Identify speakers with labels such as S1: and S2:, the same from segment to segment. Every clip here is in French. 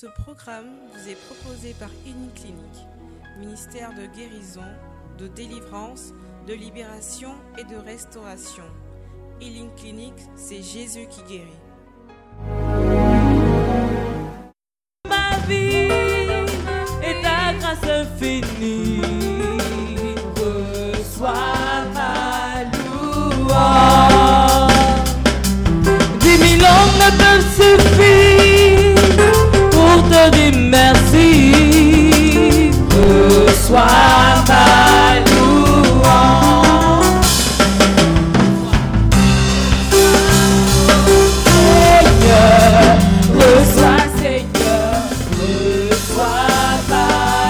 S1: Ce programme vous est proposé par Healing Clinic, ministère de guérison, de délivrance, de libération et de restauration. Healing Clinic, c'est Jésus qui guérit.
S2: Ma vie est ta grâce infinie. Reçois ma louange. 10 000 hommes ne peuvent suffire pour te dire merci. Reçois ma louange. Seigneur, reçois Seigneur, reçois ma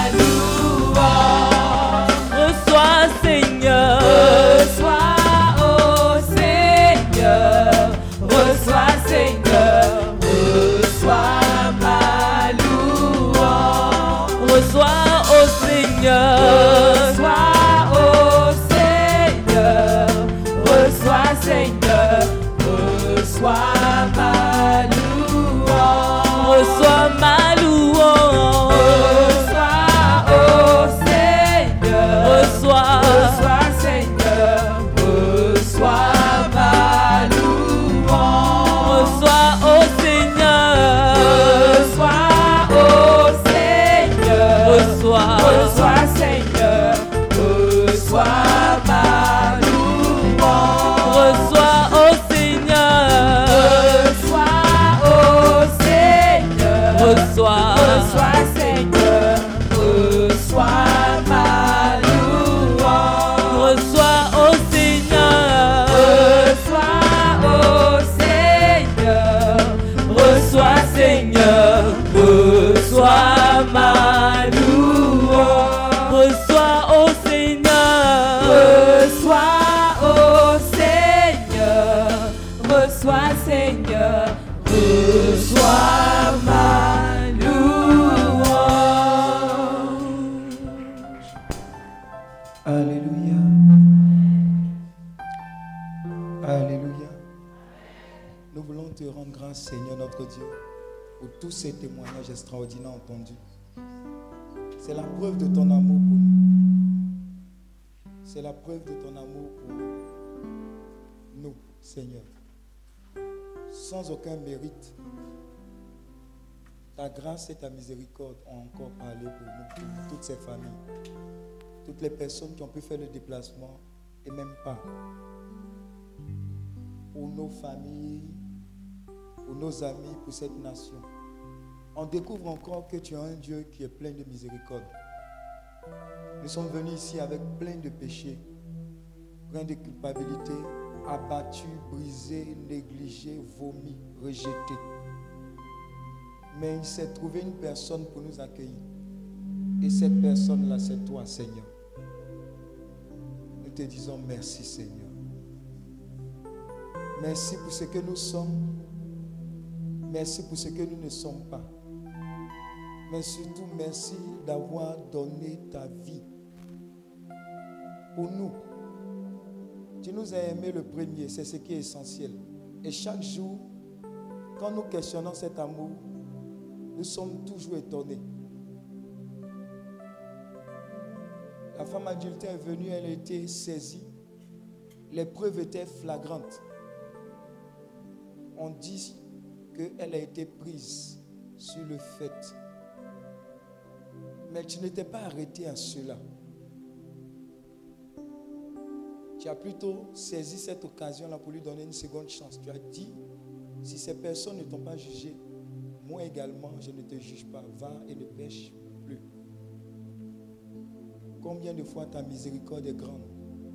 S2: louange. Reçois Seigneur, reçois oh Seigneur, reçois Seigneur, reçois ma louange. Reçois oh Seigneur, reçois oh Seigneur, reçois Seigneur, reçois ma louange. Reçois ma louange. Reçois oh Seigneur, reçois Seigneur, reçois ma louange. Reçois oh Seigneur, reçois oh Seigneur, reçois Seigneur, reçois ma louange. Reçois oh Seigneur, reçois oh Seigneur, reçois Seigneur, reçois ma louange. Reçois oh Seigneur, reçois oh Seigneur, reçois Seigneur, reçois ma louange. Reçois oh Seigneur, reçois oh Seigneur, reçois Seigneur, reçois ma louange.
S3: Alléluia. Alléluia. Nous voulons te rendre grâce, Seigneur notre Dieu, pour tous ces témoignages extraordinaires entendus. C'est la preuve de ton amour pour nous. C'est la preuve de ton amour pour nous, Seigneur. Sans aucun mérite, ta grâce et ta miséricorde ont encore parlé pour nous, pour toutes ces familles, toutes les personnes qui ont pu faire le déplacement et même pas. Pour nos familles, pour nos amis, pour cette nation. On découvre encore que tu es un Dieu qui est plein de miséricorde. Nous sommes venus ici avec plein de péchés, plein de culpabilité, abattus, brisés, négligés, vomis, rejetés. Mais il s'est trouvé une personne pour nous accueillir. Et cette personne-là, c'est toi, Seigneur. Nous te disons merci, Seigneur. Merci pour ce que nous sommes. Merci pour ce que nous ne sommes pas. Mais surtout, merci d'avoir donné ta vie pour nous. Tu nous as aimés le premier, c'est ce qui est essentiel. Et chaque jour, quand nous questionnons cet amour, nous sommes toujours étonnés. La femme adultère est venue, elle a été saisie. Les preuves étaient flagrantes. On dit qu'elle a été prise sur le fait. Mais tu n'étais pas arrêté à cela. Tu as plutôt saisi cette occasion-là pour lui donner une seconde chance. Tu as dit, si ces personnes ne t'ont pas jugé, moi également, je ne te juge pas. Va et ne pêche plus. Combien de fois ta miséricorde est grande?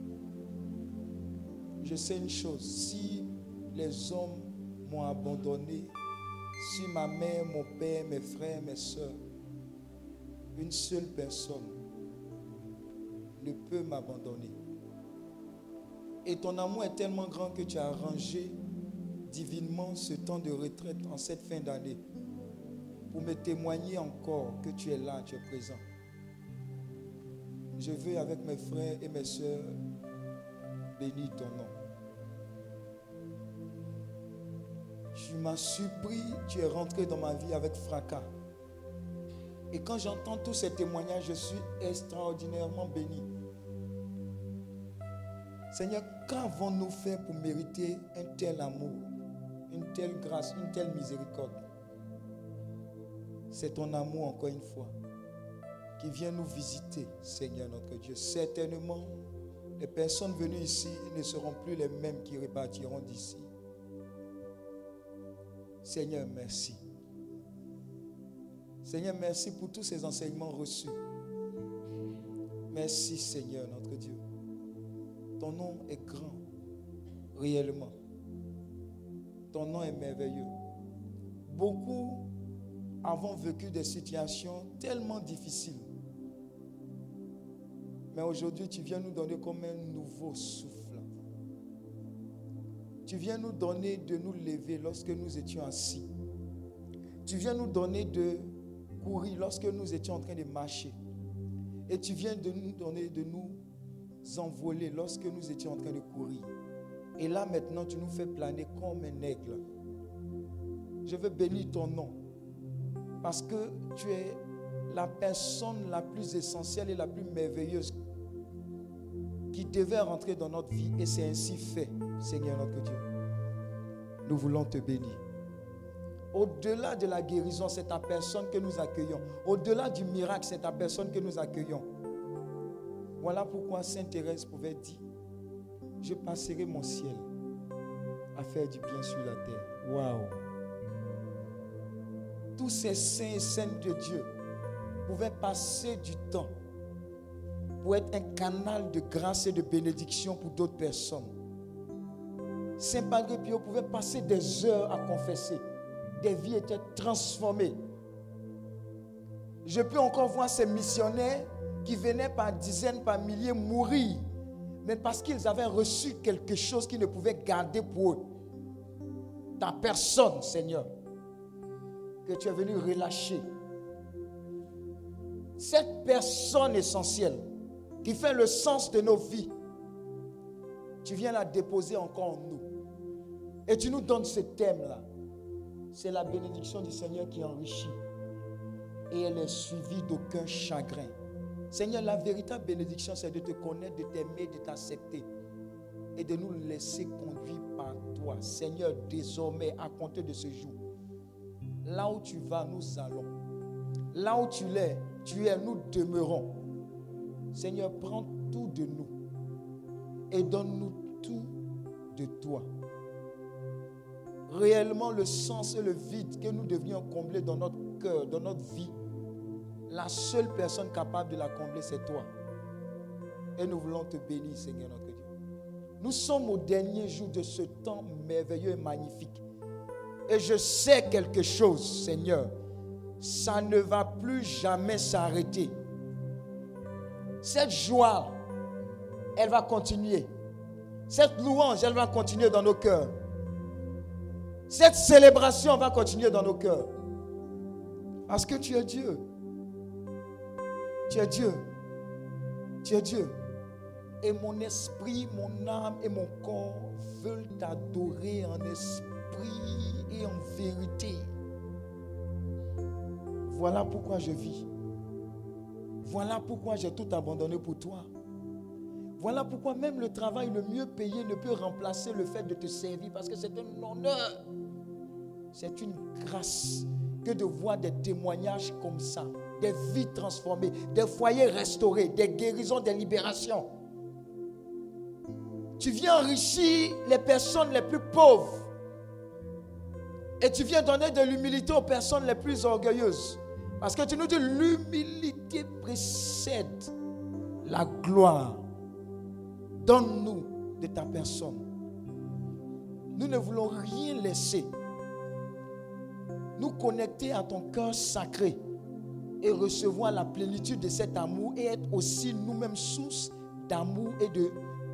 S3: Je sais une chose, si les hommes m'ont abandonné, si ma mère, mon père, mes frères, mes soeurs, une seule personne ne peut m'abandonner. Et ton amour est tellement grand que tu as arrangé divinement ce temps de retraite en cette fin d'année pour me témoigner encore que tu es là, tu es présent. Je veux avec mes frères et mes soeurs bénir ton nom. Tu m'as surpris, tu es rentré dans ma vie avec fracas. Et quand j'entends tous ces témoignages, je suis extraordinairement béni. Seigneur, qu'avons-nous fait pour mériter un tel amour, une telle grâce, une telle miséricorde? C'est ton amour, encore une fois, qui vient nous visiter, Seigneur notre Dieu. Certainement, les personnes venues ici ne seront plus les mêmes qui repartiront d'ici. Seigneur, merci. Seigneur, merci pour tous ces enseignements reçus. Merci, Seigneur notre Dieu. Ton nom est grand, réellement. Ton nom est merveilleux. Beaucoup avons vécu des situations tellement difficiles. Mais aujourd'hui, tu viens nous donner comme un nouveau souffle. Tu viens nous donner de nous lever lorsque nous étions assis. Tu viens nous donner de courir lorsque nous étions en train de marcher. Et tu viens de nous donner de nous envoler lorsque nous étions en train de courir. Et là maintenant, tu nous fais planer comme un aigle. Je veux bénir ton nom parce que tu es la personne la plus essentielle et la plus merveilleuse qui devait rentrer dans notre vie. Et c'est ainsi fait, Seigneur notre Dieu. Nous voulons te bénir. Au-delà de la guérison, c'est ta personne que nous accueillons. Au-delà du miracle, c'est ta personne que nous accueillons. Voilà pourquoi Sainte Thérèse pouvait dire: je passerai mon ciel à faire du bien sur la terre. Waouh! Tous ces saints et saintes de Dieu pouvaient passer du temps pour être un canal de grâce et de bénédiction pour d'autres personnes. Saint Padre Pio pouvait passer des heures à confesser. Des vies étaient transformées. Je peux encore voir ces missionnaires qui venaient par dizaines, par milliers mourir, mais parce qu'ils avaient reçu quelque chose qu'ils ne pouvaient garder pour eux. Ta personne, Seigneur, que tu es venu relâcher. Cette personne essentielle qui fait le sens de nos vies, tu viens la déposer encore en nous. Et tu nous donnes ce thème-là. C'est la bénédiction du Seigneur qui enrichit. Et elle est suivie d'aucun chagrin. Seigneur, la véritable bénédiction, c'est de te connaître, de t'aimer, de t'accepter. Et de nous laisser conduire par toi. Seigneur, désormais, à compter de ce jour, là où tu vas, nous allons. Là où tu es, nous demeurons. Seigneur, prends tout de nous. Et donne-nous tout de toi. Réellement, le sens et le vide que nous devions combler dans notre cœur, dans notre vie, la seule personne capable de la combler, c'est toi. Et nous voulons te bénir, Seigneur notre Dieu. Nous sommes au dernier jour de ce temps merveilleux et magnifique. Et je sais quelque chose, Seigneur. Ça ne va plus jamais s'arrêter. Cette joie, elle va continuer. Cette louange, elle va continuer dans nos cœurs. Cette célébration va continuer dans nos cœurs. Parce que tu es Dieu. Tu es Dieu. Tu es Dieu. Et mon esprit, mon âme et mon corps veulent t'adorer en esprit et en vérité. Voilà pourquoi je vis. Voilà pourquoi j'ai tout abandonné pour toi. Voilà pourquoi même le travail le mieux payé ne peut remplacer le fait de te servir, parce que c'est un honneur. C'est une grâce que de voir des témoignages comme ça, des vies transformées, des foyers restaurés, des guérisons, des libérations. Tu viens enrichir les personnes les plus pauvres et tu viens donner de l'humilité aux personnes les plus orgueilleuses. Parce que tu nous dis, l'humilité précède la gloire. Donne-nous de ta personne. Nous ne voulons rien laisser. Nous connecter à ton cœur sacré et recevoir la plénitude de cet amour et être aussi nous-mêmes source d'amour et de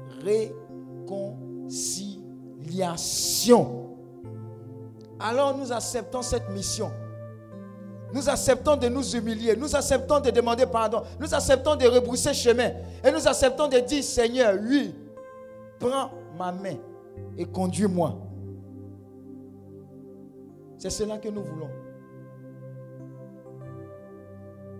S3: réconciliation. Alors nous acceptons cette mission. Nous acceptons de nous humilier. Nous acceptons de demander pardon. Nous acceptons de rebrousser chemin. Et nous acceptons de dire, Seigneur, oui, prends ma main et conduis-moi. C'est cela que nous voulons.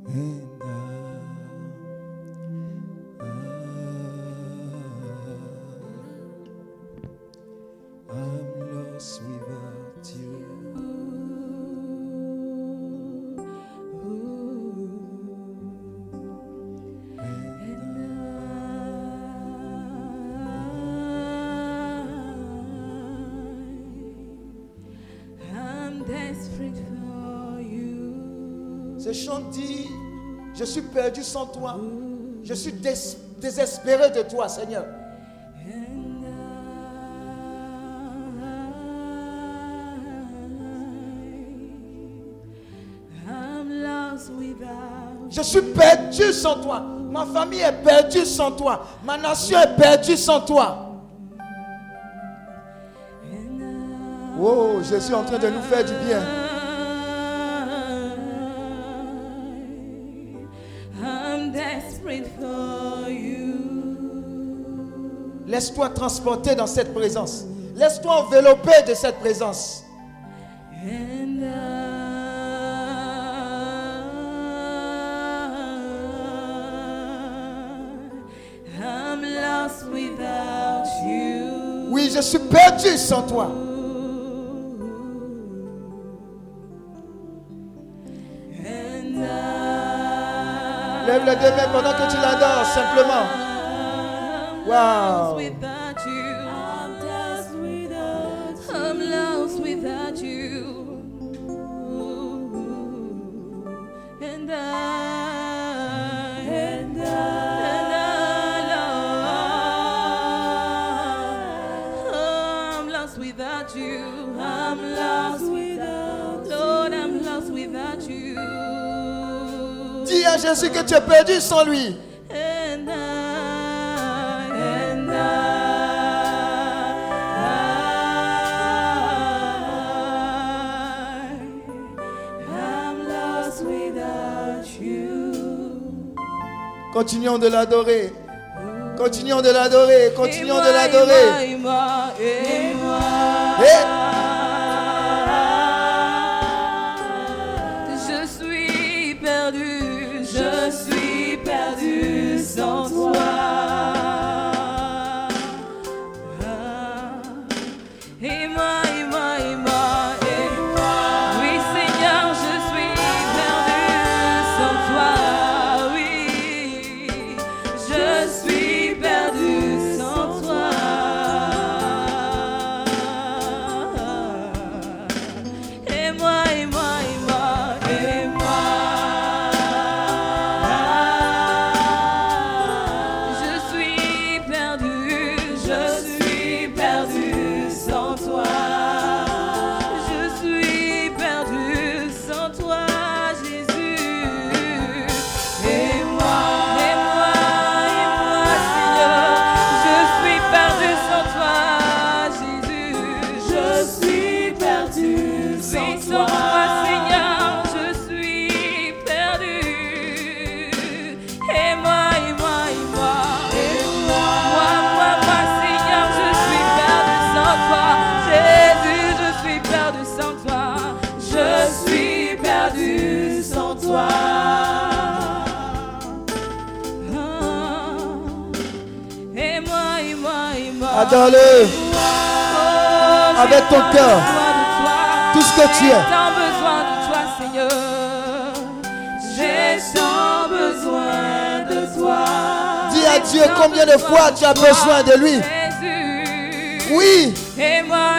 S3: Ce chant dit, je suis perdu sans toi. Je suis désespéré de toi, Seigneur. Je suis perdu sans toi. Ma famille est perdue sans toi. Ma nation est perdue sans toi. Oh, Jésus est en train de nous faire du bien. Laisse-toi transporter dans cette présence. Laisse-toi envelopper de cette présence. Oui, je suis perdu sans toi. Lève les deux mains pendant que tu l'adores simplement. Wow.
S2: I'm lost without you. And I'm lost without you. I'm lost without you. Lord, I'm lost without you.
S3: Dis à Jésus que tu es perdu sans lui. Continuons de l'adorer. Continuons de l'adorer. Continuons de l'adorer.
S2: Je suis perdu. Je suis perdu sans toi. Et moi. Oui, Seigneur, je suis perdu sans toi.
S3: Adore-le avec ton cœur, tout ce que tu es.
S2: J'ai tant besoin de toi, Seigneur. J'ai tant besoin de toi.
S3: Dis à Dieu combien de fois tu as besoin de lui. Oui.
S2: Et moi.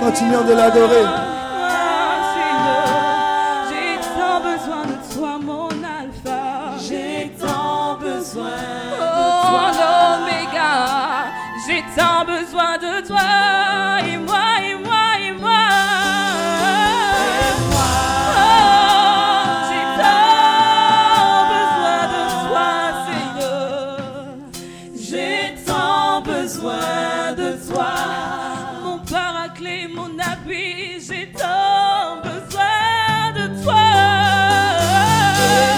S3: Continuons de l'adorer.
S2: J'ai tant besoin de toi, mon alpha.
S4: J'ai tant besoin de
S2: Oh, l'oméga. J'ai tant besoin de toi. Et moi, et moi, et moi. J'ai tant besoin de toi, Seigneur.
S4: J'ai tant besoin de toi.
S2: Mon paraclet, mon appui, j'ai tant besoin de toi. J'ai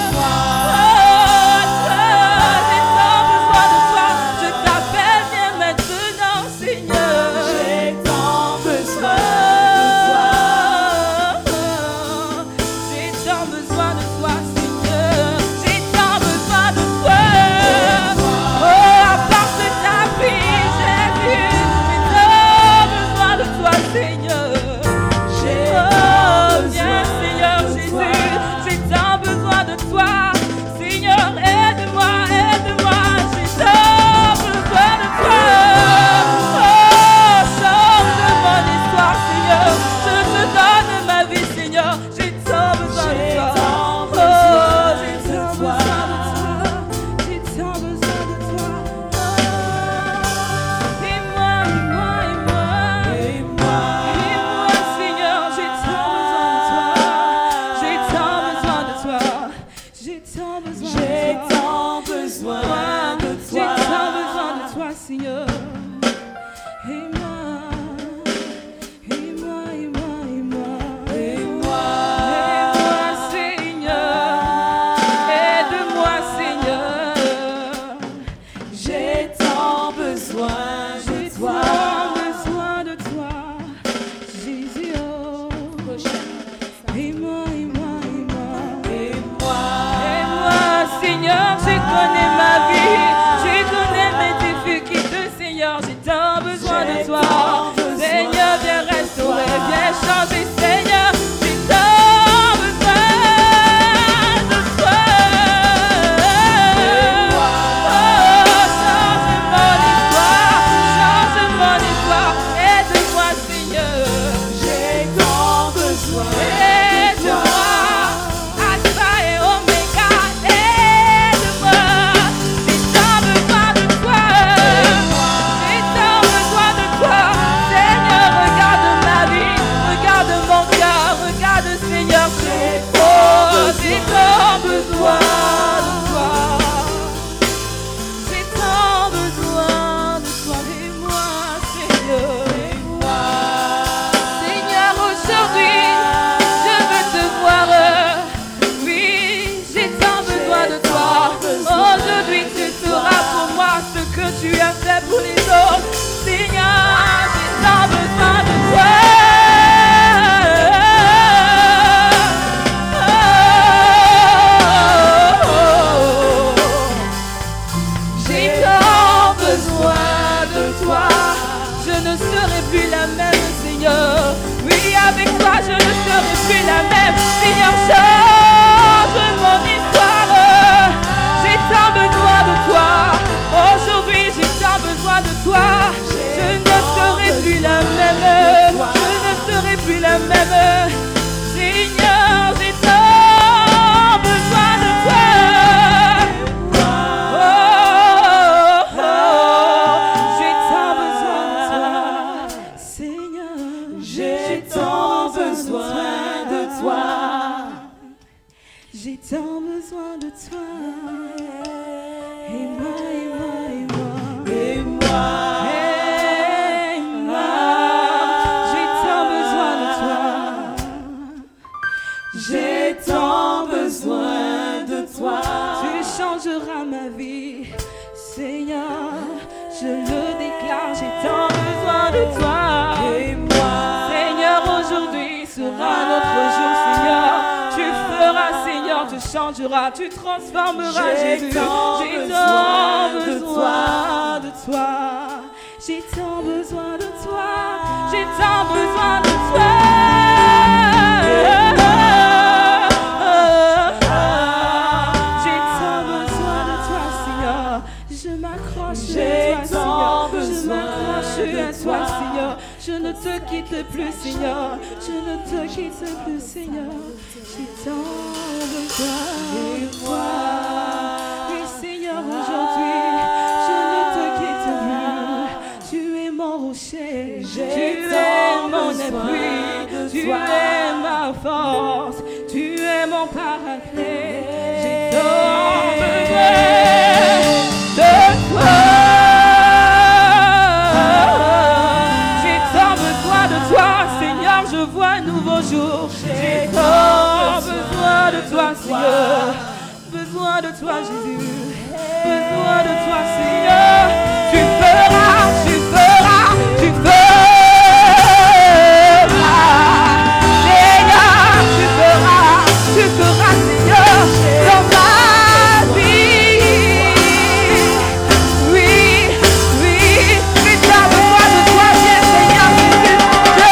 S2: tant besoin de toi. Je t'appelle bien maintenant, Seigneur.
S4: J'ai tant besoin de toi.
S2: J'ai tant besoin de toi, Seigneur. J'ai tant besoin de toi. Oh, apporte ta vie, Jésus. J'ai tant besoin de toi, Seigneur.
S4: J'ai
S2: Oh,
S4: tant
S2: viens,
S4: besoin
S2: Seigneur
S4: de
S2: Jésus.
S4: toi.
S2: J'ai tant besoin de toi. Seigneur, aide-moi, aide-moi. J'ai tant besoin de toi. Oh, change mon histoire, Seigneur. Je te donne ma vie, Seigneur. J'ai tant besoin de
S4: J'ai
S2: toi.
S4: tant
S2: Oh,
S4: besoin
S2: j'ai
S4: de
S2: tant
S4: toi.
S2: besoin de toi. J'ai tant besoin de toi. Oh, aide-moi, aide-moi, aide-moi.
S4: Et moi,
S2: Aide-moi, Seigneur, j'ai tant besoin de toi. J'ai tant besoin de toi. J'ai tant besoin de
S4: j'ai
S2: toi.
S4: tant besoin de
S2: J'ai
S4: toi.
S2: tant besoin de toi, Seigneur. Aide-moi, aide-moi, aide-moi, aide-moi.
S4: Et moi,
S2: Aide-moi, Seigneur. Aide-moi, Seigneur.
S4: j'ai tant besoin de
S2: J'ai
S4: toi.
S2: tant besoin de toi, Jésus. Oh. Aide-moi, aide-moi, aide-moi.
S4: Et moi,
S2: Aide-moi, Seigneur, tu connais ma vie, tu connais mes difficultés, Seigneur, j'ai tant besoin de toi. Seigneur, viens restaurer, viens changer, Seigneur, j'ai tant besoin de toi. Oh, change mon histoire, aide-moi, Seigneur.
S4: j'ai tant besoin de
S2: Aide-moi,
S4: toi.
S2: Alpha et Oméga, aide-moi. J'ai tant besoin de toi. J'ai tant besoin de toi. Seigneur, regarde ma vie, regarde mon cœur, regarde, Seigneur. Oh, j'ai tant besoin de toi. J'ai tant besoin de toi. Aide-moi, Seigneur. Seigneur, aujourd'hui, je veux te voir. Oui, j'ai tant besoin de toi. Aujourd'hui, tu feras pour moi ce que tu as fait pour les autres. Seigneur, j'ai tant besoin de toi. J'ai tant besoin de toi. Je ne serai plus la même, Seigneur. Oui, avec toi, je ne serai plus la même. Seigneur, change mon histoire. J'ai tant besoin de toi. Aujourd'hui, j'ai tant besoin de toi. Je ne serai plus la même. Je ne serai plus la même. Seigneur, j'ai tant besoin de toi. J'ai tant besoin de toi, Seigneur.
S4: J'ai tant besoin de toi.
S2: J'ai tant besoin de toi. Et moi, et moi, et moi.
S4: Et moi,
S2: Et moi. J'ai tant besoin de toi.
S4: j'ai tant besoin de toi.
S2: Tu changeras ma vie, Seigneur. Je le déclare, j'ai tant besoin de toi.
S4: Et moi,
S2: Seigneur, aujourd'hui sera notre jour, Seigneur. Tu feras, Seigneur, tu changeras, tu transformeras,
S4: J'ai
S2: Jésus.
S4: tant
S2: J'ai
S4: besoin
S2: tant
S4: de
S2: besoin de toi. J'ai tant besoin de toi. J'ai tant besoin de toi. J'ai tant besoin de toi, Seigneur. Je m'accroche à
S4: J'ai
S2: toi,
S4: tant
S2: Seigneur. Je
S4: besoin
S2: m'accroche
S4: de
S2: à toi,
S4: toi.
S2: Seigneur. Je ne te quitte plus, Seigneur. Je ne te quitte plus, Seigneur. J'ai tant besoin de toi. Oui, Seigneur, aujourd'hui, je ne te quitte plus. Tu es mon rocher. Tu es mon appui. Tu es ma force. Tu es mon paraclet. J'ai tant besoin de toi. J'ai tant besoin de toi, Seigneur. Je vois un nouveau jour. J'ai tant besoin de toi, Seigneur. Besoin de toi, Jésus. Besoin de toi, Seigneur. Tu feras, tu feras, tu feras. Seigneur, tu feras, Seigneur, dans ma vie. Oui, oui, j'ai tant besoin de toi, viens, Seigneur Jésus. Je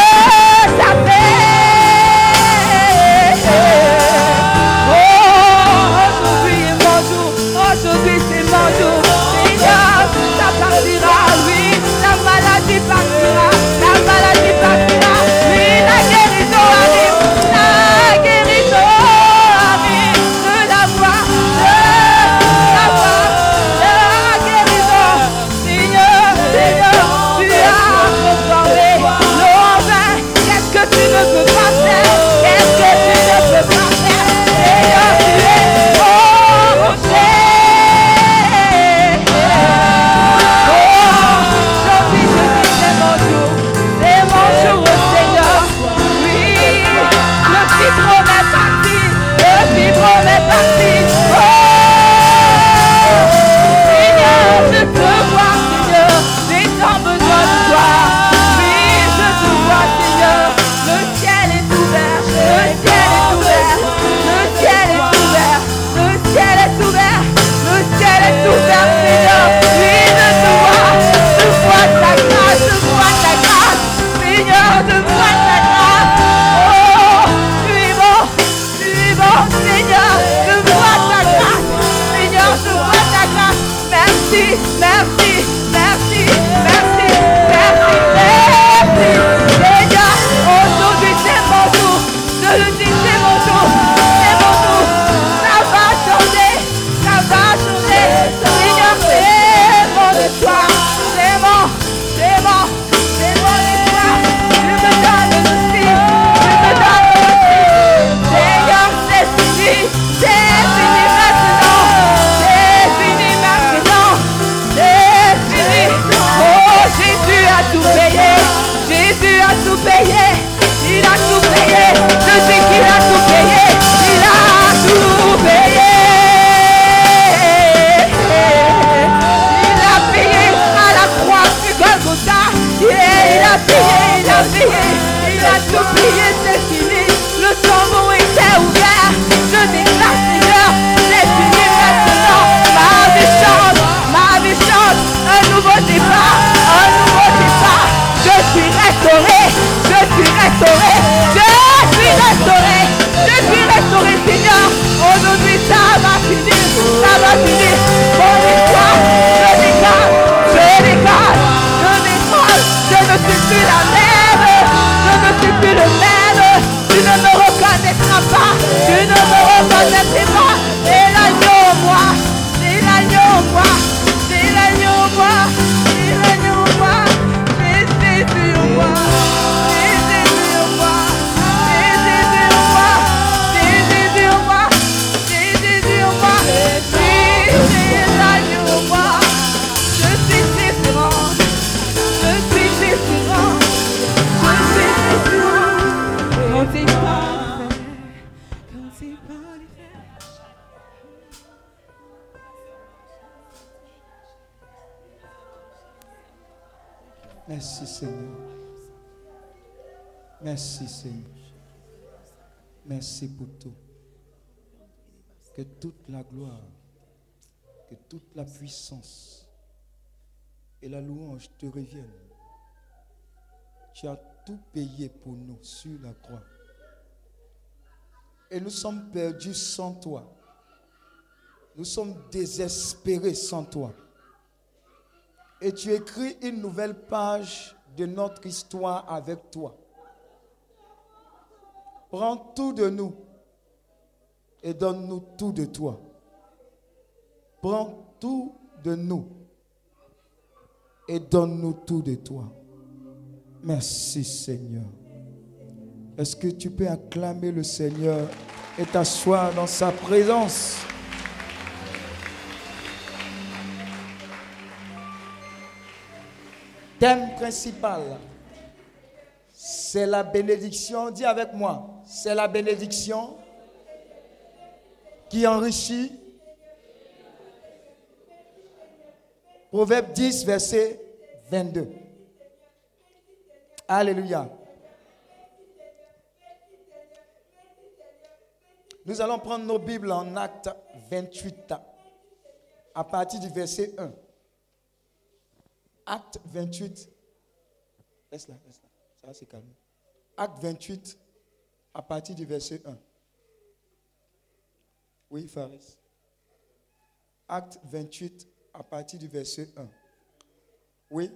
S2: t'appelle. Oh, aujourd'hui est mon jour. Aujourd'hui c'est mon jour. Seigneur, ça partira, oui. La maladie partira. La maladie partira. Oui, la guérison arrive. La guérison arrive. De la voix. De la voix. De la guérison. Seigneur, Seigneur, tu as transformé l'eau en vin. Qu'est-ce que tu ne peux pas faire? Qu'est-ce que tu ne peux pas faire? Seigneur, tu es mon rocher. Aujourd'hui, je dis c'est mon jour, Seigneur. Oui, le fibrome est parti, le fibrome est parti. Oh, Seigneur, je te vois, Seigneur, j'ai tant besoin de toi. Oui, je te vois, Seigneur, le ciel est ouvert, le ciel est ouvert, le ciel est ouvert, le ciel est ouvert, le ciel est ouvert, Seigneur. Oui, je te vois ta grâce, je vois ta grâce, Seigneur, je vois ta grâce. Oh, tu es bon, Seigneur, je vois ta grâce, Seigneur, je vois ta grâce. Merci, merci, merci, merci, merci, merci, Seigneur. Aujourd'hui c'est mon jour, je le dis, c'est mon jour, c'est mon jour. Ça va changer, ça va changer. Seigneur, c'est mon histoire, c'est mon histoire. Je te donne le style, je te donne le style. Seigneur, c'est fini maintenant, c'est fini maintenant, c'est fini. Oh, Jésus a tout payé, Jésus a tout payé, il a tout payé. Je sais qu'il a tout payé, il a tout payé. Il a payé à la croix du Golgotha. Il a payé, il a payé, il a tout payé, c'est fini. Le tombeau était ouvert. Je déclare, Seigneur, c'est fini maintenant. Ma vie chante, un nouveau départ, un nouveau départ. Je suis restauré, je suis restauré, je suis restauré, je suis restauré, Seigneur. Aujourd'hui, ça va finir, ça va finir. Mon histoire, je déclare, je déclare, je déclare. Je ne suis plus la même, je ne suis plus le même. Tu ne me reconnaîtras pas, tu ne me reconnaîtras pas. C'est l'agneau en moi, c'est l'agneau en moi, c'est l'agneau en moi, c'est l'agneau en moi, c'est Jésus en moi, c'est Jésus en moi, c'est Jésus en moi, c'est Jésus en moi, c'est Jésus en moi, c'est l'agneau en moi. Je suis différent, je suis différent, je suis différent. Quand c'est pas les faits.
S3: Merci Seigneur. Merci Seigneur. Merci pour tout. Que toute la gloire, que toute la puissance et la louange te reviennent. Tu as tout payé pour nous sur la croix. Et nous sommes perdus sans toi. Nous sommes désespérés sans toi. Et tu écris une nouvelle page de notre histoire avec toi. Prends tout de nous et donne-nous tout de toi. Prends tout de nous et donne-nous tout de toi. Merci Seigneur. Est-ce que tu peux acclamer le Seigneur et t'asseoir dans sa présence? Thème principal, c'est la bénédiction. Dis avec moi, c'est la bénédiction qui enrichit. Proverbe 10, verset 22. Alléluia. Nous allons prendre nos Bibles en Acte 28, à partir du verset 1. Acte 28. Laisse-la. Ça va se calmer. Acte 28, à partir du verset 1. Oui, Faris. Acte 28, à partir du verset 1. Oui.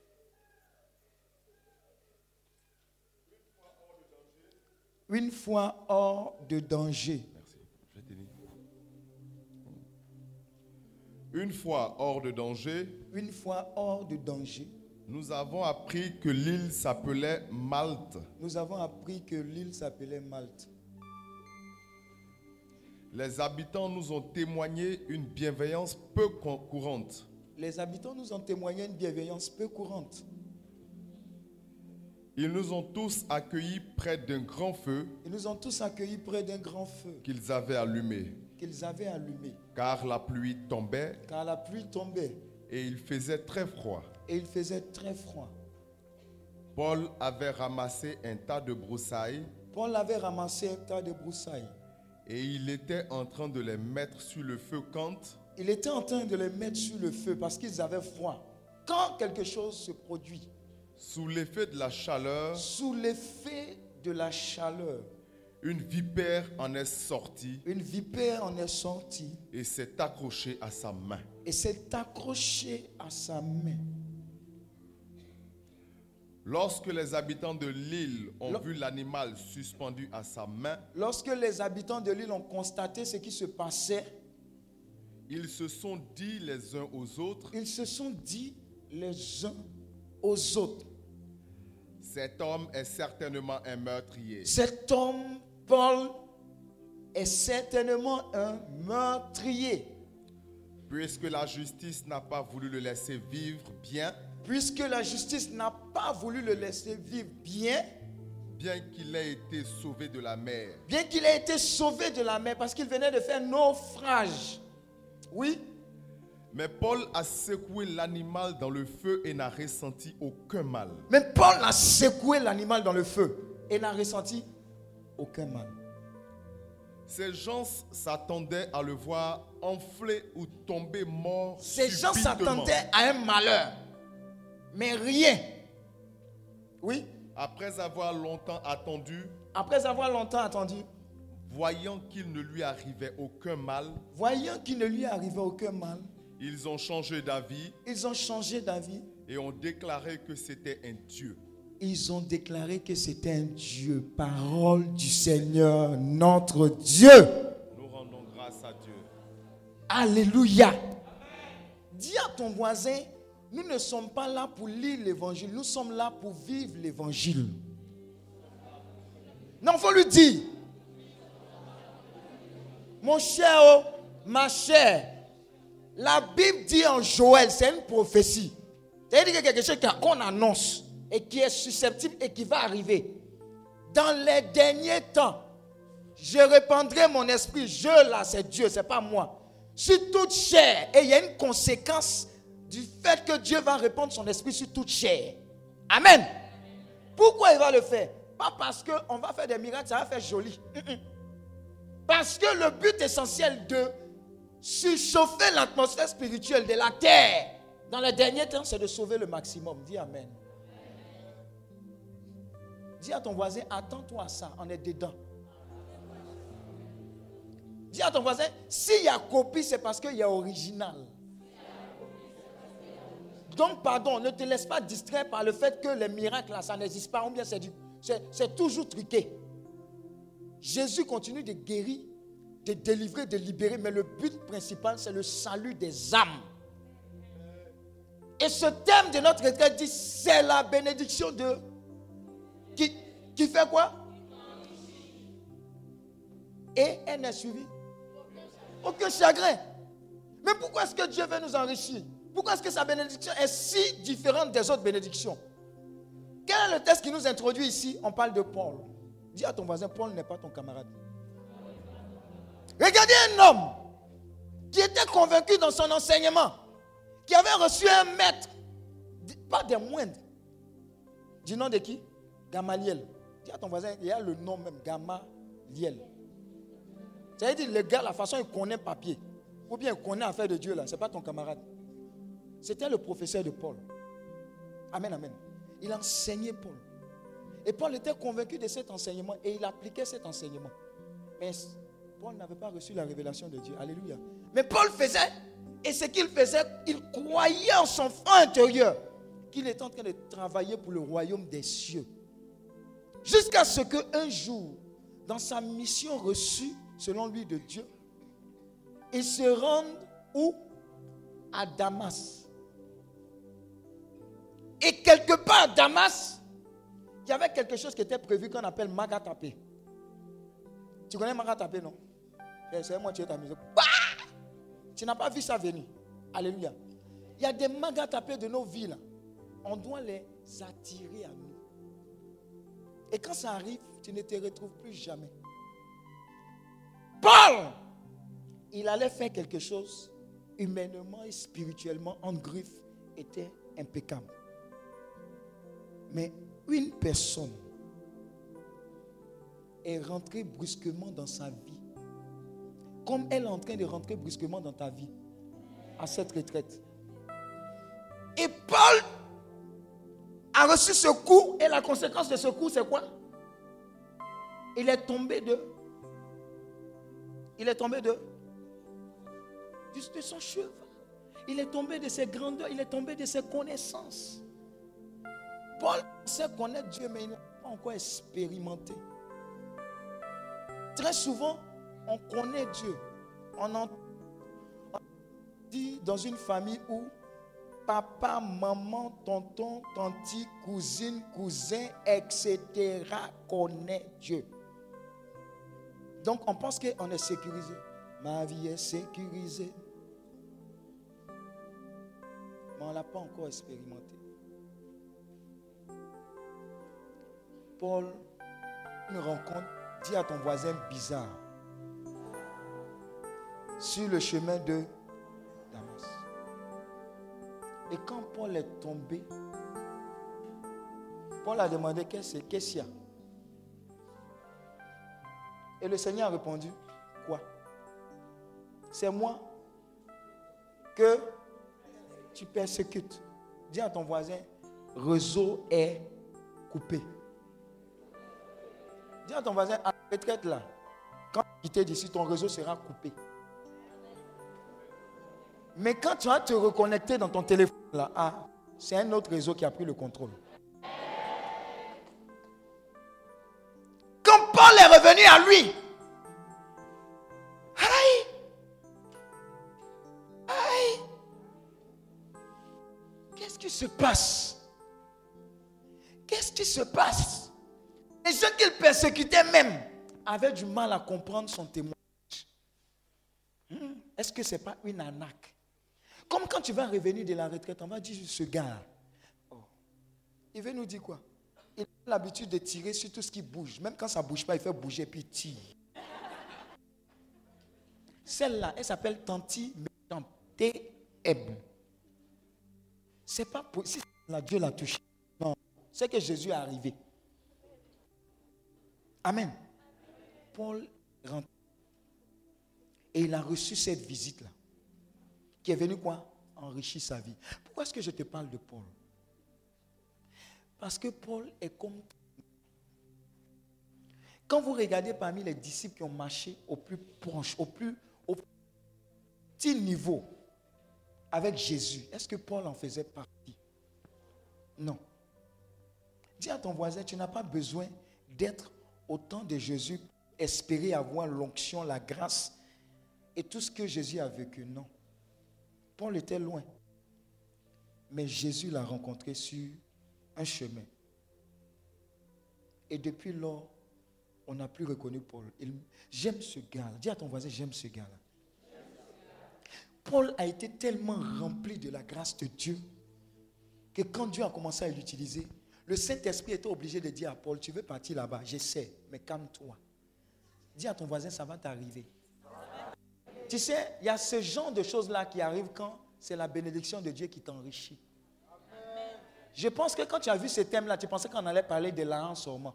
S3: Une fois hors de danger.
S5: Merci. Je vais te lire. Une fois hors de danger.
S3: Une fois hors de danger.
S5: Nous avons appris que l'île s'appelait Malte.
S3: Nous avons appris que l'île s'appelait Malte.
S5: Les habitants nous ont témoigné une bienveillance peu courante.
S3: Les habitants nous ont témoigné une bienveillance peu courante.
S5: Ils nous ont tous accueillis près d'un grand feu.
S3: Ils nous ont tous accueillis près d'un grand feu
S5: Qu'ils avaient allumé.
S3: Car
S5: la pluie tombait.
S3: Et
S5: il faisait très froid. Paul avait ramassé un tas de broussailles. Et il était en train de les mettre sur le feu quand
S3: parce qu'ils avaient froid. Quand quelque chose se produit,
S5: sous l'effet de la chaleur, une vipère en est sortie. Et s'est accrochée à sa main. Lorsque les habitants de l'île ont vu l'animal suspendu à sa main,
S3: lorsque les habitants de l'île ont constaté ce qui se passait,
S5: ils se sont dit les uns aux autres, cet homme est certainement un meurtrier.
S3: Cet homme, Paul, est certainement un meurtrier.
S5: Puisque la justice n'a pas voulu le laisser vivre bien, bien qu'il ait été sauvé de la mer. Parce qu'il venait de faire naufrage.
S3: Oui.
S5: Mais Paul a secoué l'animal dans le feu et n'a ressenti aucun mal. Ces gens s'attendaient à le voir enfler ou tomber mort.
S3: Ces gens s'attendaient à un malheur. Mais rien. Oui.
S5: Après avoir longtemps attendu, voyant qu'il ne lui arrivait aucun mal, ils ont changé d'avis. Et ont déclaré que c'était un Dieu. Parole du Seigneur, notre Dieu. Nous rendons grâce à Dieu.
S3: Alléluia. Dis à ton voisin, nous ne sommes pas là pour lire l'évangile, nous sommes là pour vivre l'évangile. Non, il faut lui dire. Mon cher, ma chère, la Bible dit en Joël, c'est une prophétie. C'est-à-dire que quelque chose qu'on annonce et qui est susceptible et qui va arriver. Dans les derniers temps, je répandrai mon esprit. Je là, c'est Dieu, c'est pas moi. Sur toute chair. Et il y a une conséquence du fait que Dieu va répandre son esprit sur toute chair. Amen. Pourquoi il va le faire? Pas parce qu'on va faire des miracles, ça va faire joli. Parce que le but essentiel de surchauffer l'atmosphère spirituelle de la terre dans les derniers temps, c'est de sauver le maximum. Dis Amen. Dis à ton voisin, attends-toi à ça, on est dedans. Dis à ton voisin, s'il y a copie, c'est parce qu'il y a original. Donc, pardon, ne te laisse pas distraire par le fait que les miracles, là, ça n'existe pas. Ou bien c'est toujours truqué. Jésus continue de guérir, de délivrer, de libérer. Mais le but principal, c'est le salut des âmes. Et ce thème de notre retraite dit, c'est la bénédiction de... Qui fait quoi? Et elle n'a suivi aucun chagrin. Mais pourquoi est-ce que Dieu veut nous enrichir? Pourquoi est-ce que sa bénédiction est si différente des autres bénédictions? Quel est le texte qui nous introduit ici? On parle de Paul. Dis à ton voisin, Paul n'est pas ton camarade. Regardez un homme qui était convaincu dans son enseignement, qui avait reçu un maître, pas des moindres. Du nom de qui? Gamaliel. Dis à ton voisin, il y a le nom même, Gamaliel. Ça veut dire, le gars, la façon il connaît papier, ou bien il connaît affaire de Dieu, là, ce n'est pas ton camarade. C'était le professeur de Paul. Amen, amen. Il enseignait Paul. Et Paul était convaincu de cet enseignement et il appliquait cet enseignement. Mais Paul n'avait pas reçu la révélation de Dieu. Alléluia. Mais Paul faisait, et ce qu'il faisait, il croyait en son fond intérieur qu'il était en train de travailler pour le royaume des cieux. Jusqu'à ce qu'un jour, dans sa mission reçue, selon lui de Dieu, il se rende où? À Damas. Et quelque part à Damas, il y avait quelque chose qui était prévu qu'on appelle Magatapé. Tu connais Magatapé, non? C'est moi qui ai ta musique. Tu n'as pas vu ça venir. Alléluia. Il y a des Magatapés de nos vies là. On doit les attirer à nous. Et quand ça arrive, tu ne te retrouves plus jamais. Paul, il allait faire quelque chose humainement et spirituellement en griffe, était impeccable. Mais une personne est rentrée brusquement dans sa vie, comme elle est en train de rentrer brusquement dans ta vie, à cette retraite. Et Paul a reçu ce coup, et la conséquence de ce coup, c'est quoi? Il est tombé de son cheveu. Il est tombé de ses grandeurs, il est tombé de ses connaissances. Paul sait connaître Dieu, mais il n'a pas encore expérimenté. Très souvent, on connaît Dieu. On dit dans une famille où papa, maman, tonton, tanti, cousine, cousin, etc. connaît Dieu. Donc on pense qu'on est sécurisé. Ma vie est sécurisée. Mais on ne l'a pas encore expérimenté. Paul, une rencontre, dis à ton voisin bizarre, sur le chemin de Damas. Et quand Paul est tombé, Paul a demandé qu'est-ce qu'il y a? Et le Seigneur a répondu, quoi? C'est moi que tu persécutes. Dis à ton voisin, réseau est coupé. Dis à ton voisin, à la retraite là, quand tu quittes d'ici, ton réseau sera coupé. Mais quand tu vas te reconnecter dans ton téléphone là, c'est un autre réseau qui a pris le contrôle. Quand Paul est revenu à lui, qu'est-ce qui se passe? Qu'est-ce qui se passe? Et ceux qu'il persécutait même avaient du mal à comprendre son témoignage. Est-ce que ce n'est pas une arnaque? Comme quand tu vas revenir de la retraite, on va dire ce gars, il veut nous dire quoi? Il a l'habitude de tirer sur tout ce qui bouge. Même quand ça ne bouge pas, il fait bouger puis il tire. Celle-là, elle s'appelle Tanti Méchante. T-Eb. C'est pas possible. Dieu l'a touché. Non. C'est que Jésus est arrivé. Amen. Paul rentre. Et il a reçu cette visite-là. Qui est venue quoi? Enrichir sa vie. Pourquoi est-ce que je te parle de Paul? Parce que Paul est comme... Quand vous regardez parmi les disciples qui ont marché au plus proche, au petit niveau avec Jésus, est-ce que Paul en faisait partie? Non. Dis à ton voisin, tu n'as pas besoin d'être au temps de Jésus, espérer avoir l'onction, la grâce et tout ce que Jésus a vécu. Non. Paul était loin. Mais Jésus l'a rencontré sur un chemin. Et depuis lors, on n'a plus reconnu Paul. J'aime ce gars-là. Dis à ton voisin, j'aime ce gars-là. Paul a été tellement rempli de la grâce de Dieu que quand Dieu a commencé à l'utiliser, le Saint-Esprit était obligé de dire à Paul, tu veux partir là-bas, j'essaie, mais calme-toi. Dis à ton voisin, ça va t'arriver. Tu sais, il y a ce genre de choses-là qui arrivent quand c'est la bénédiction de Dieu qui t'enrichit. Je pense que quand tu as vu ce thème-là, tu pensais qu'on allait parler de l'argent seulement.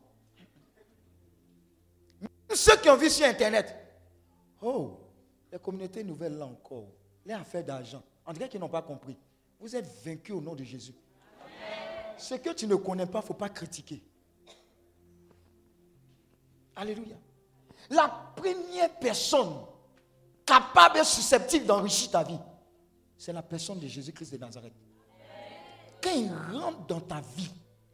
S3: Même ceux qui ont vu sur Internet, oh, les communautés nouvelles là encore, les affaires d'argent, on dirait qu'ils n'ont pas compris. Vous êtes vaincus au nom de Jésus. Ce que tu ne connais pas, il ne faut pas critiquer. Alléluia. La première personne capable et susceptible d'enrichir ta vie, c'est la personne de Jésus-Christ de Nazareth. Quand il rentre dans ta vie,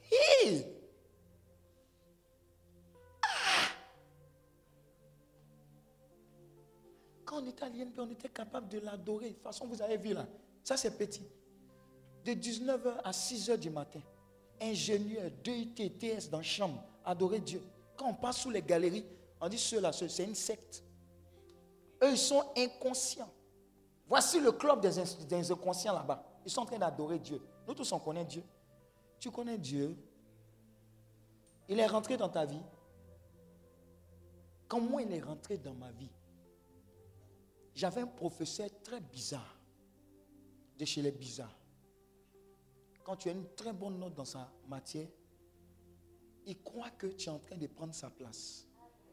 S3: quand on était à l'INP, on était capable de l'adorer. De toute façon, vous avez vu là, ça c'est petit. De 19h à 6h du matin, ingénieur, DUT, TS dans la chambre, adorer Dieu. Quand on passe sous les galeries, on dit ceux-là, c'est une secte. Eux, ils sont inconscients. Voici le club des inconscients là-bas. Ils sont en train d'adorer Dieu. Nous tous, on connaît Dieu. Tu connais Dieu. Il est rentré dans ta vie. Quand moi, il est rentré dans ma vie, j'avais un professeur très bizarre, de chez les bizarres. Quand tu as une très bonne note dans sa matière, il croit que tu es en train de prendre sa place.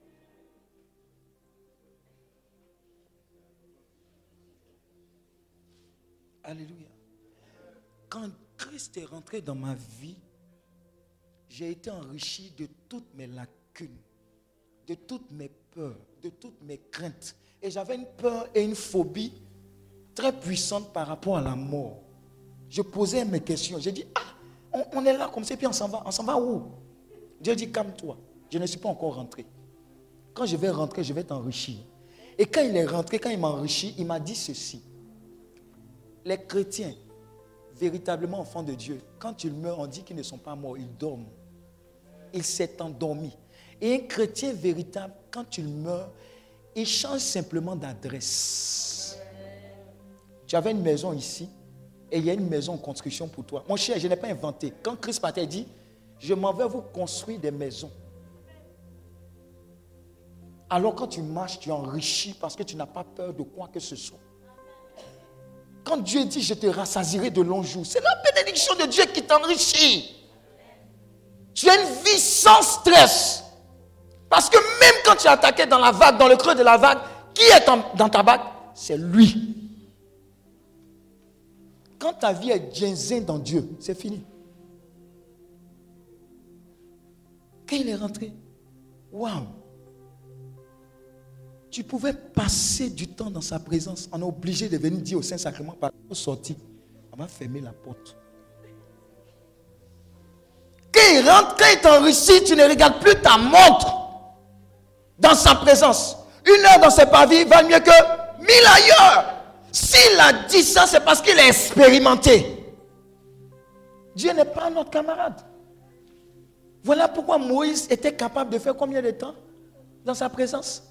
S3: Alléluia. Quand Christ est rentré dans ma vie, j'ai été enrichi de toutes mes lacunes, de toutes mes peurs, de toutes mes craintes. Et j'avais une peur et une phobie très puissante par rapport à la mort. Je posais mes questions. J'ai dit, on est là comme ça, puis on s'en va. On s'en va où? Dieu dit, calme-toi. Je ne suis pas encore rentré. Quand je vais rentrer, je vais t'enrichir. Et quand il est rentré, quand il m'a enrichi, il m'a dit ceci. Les chrétiens, véritablement enfants de Dieu, quand ils meurent, on dit qu'ils ne sont pas morts, ils dorment. Ils s'est endormis. Et un chrétien véritable, quand il meurt, il change simplement d'adresse. Tu avais une maison ici, et il y a une maison en construction pour toi. Mon cher, je n'ai pas inventé. Quand Christ m'a dit, je m'en vais vous construire des maisons. Alors quand tu marches, tu es enrichi parce que tu n'as pas peur de quoi que ce soit. Quand Dieu dit, je te rassasierai de longs jours, c'est la bénédiction de Dieu qui t'enrichit. Tu as une vie sans stress. Parce que même quand tu es attaqué dans la vague, dans le creux de la vague, qui est dans ta vague? C'est lui. Quand ta vie est ginzin dans Dieu, c'est fini. Quand il est rentré, waouh! Tu pouvais passer du temps dans sa présence. On est obligé de venir dire au Saint-Sacrement, par la sortie, on va fermer la porte. Quand il rentre, quand il t'enrichit, tu ne regardes plus ta montre dans sa présence. 1 heure dans ses pavis va mieux que 1000 ailleurs. S'il a dit ça, c'est parce qu'il est expérimenté. Dieu n'est pas notre camarade. Voilà pourquoi Moïse était capable de faire combien de temps dans sa présence?